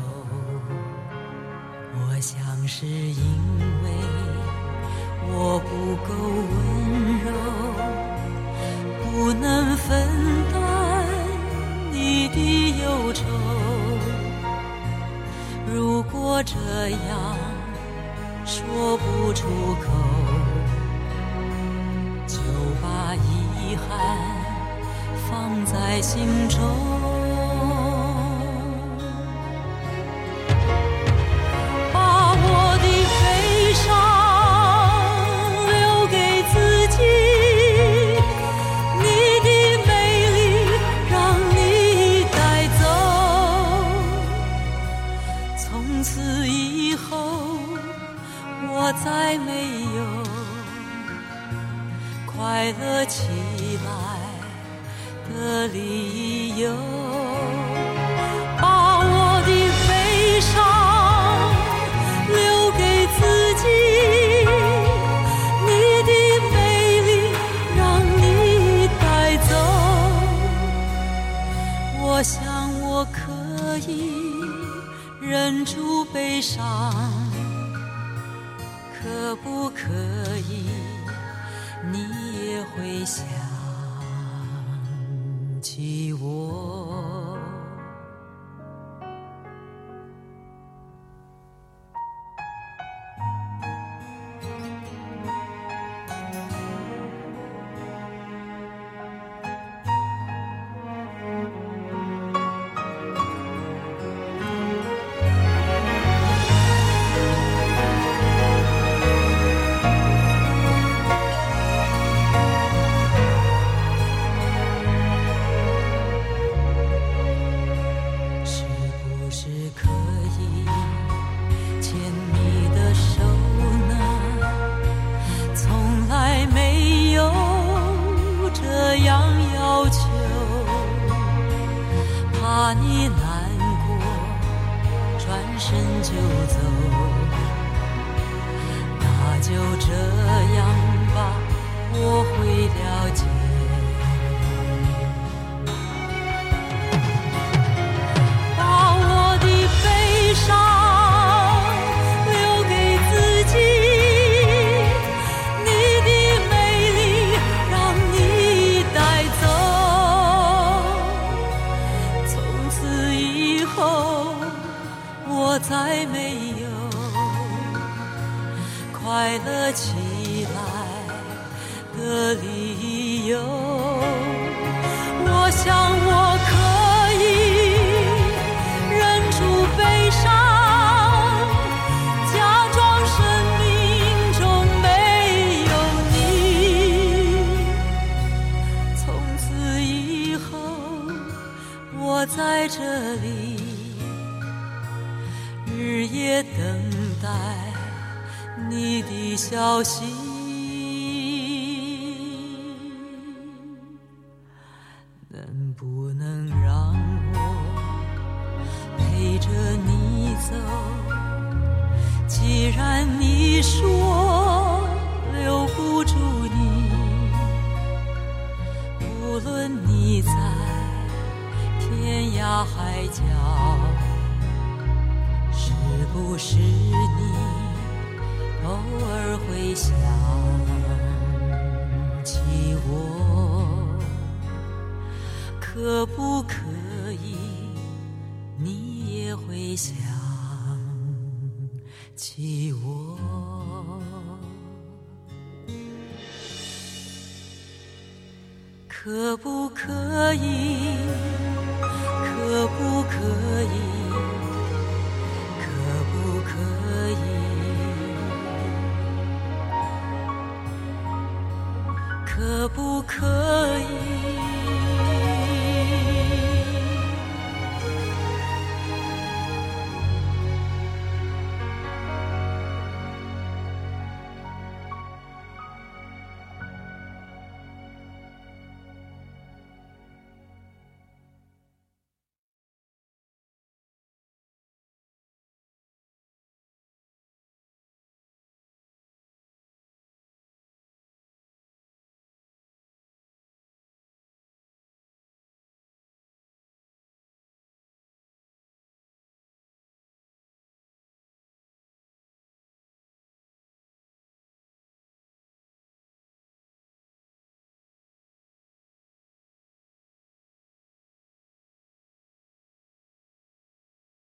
我想是因为我不够温柔，不能分担你的忧愁。如果这样说不出口，就把遗憾放在心中。把我的悲伤留给自己，你的美丽让你带走。从此以后我再没有快乐起来的理由，把我的悲伤留给自己，你的美丽让你带走。我想我可以忍住悲伤，可不可以你也会想起我？怕你难过，转身就走，那就这样吧，我会了解。把我的悲伤留给自己，你的美丽让你带走。从此以后我再没有快乐起来的理由。我想我可以忍住悲伤，假装生命中没有你。从此以后我在这里日夜等待你的消息。 能不能让我陪着你走？既然你说留不住你，无论你在天涯海角，是不是你偶尔会想起我？可不可以你也会想起我？可不可以？可不可以？可不可以？可不可以？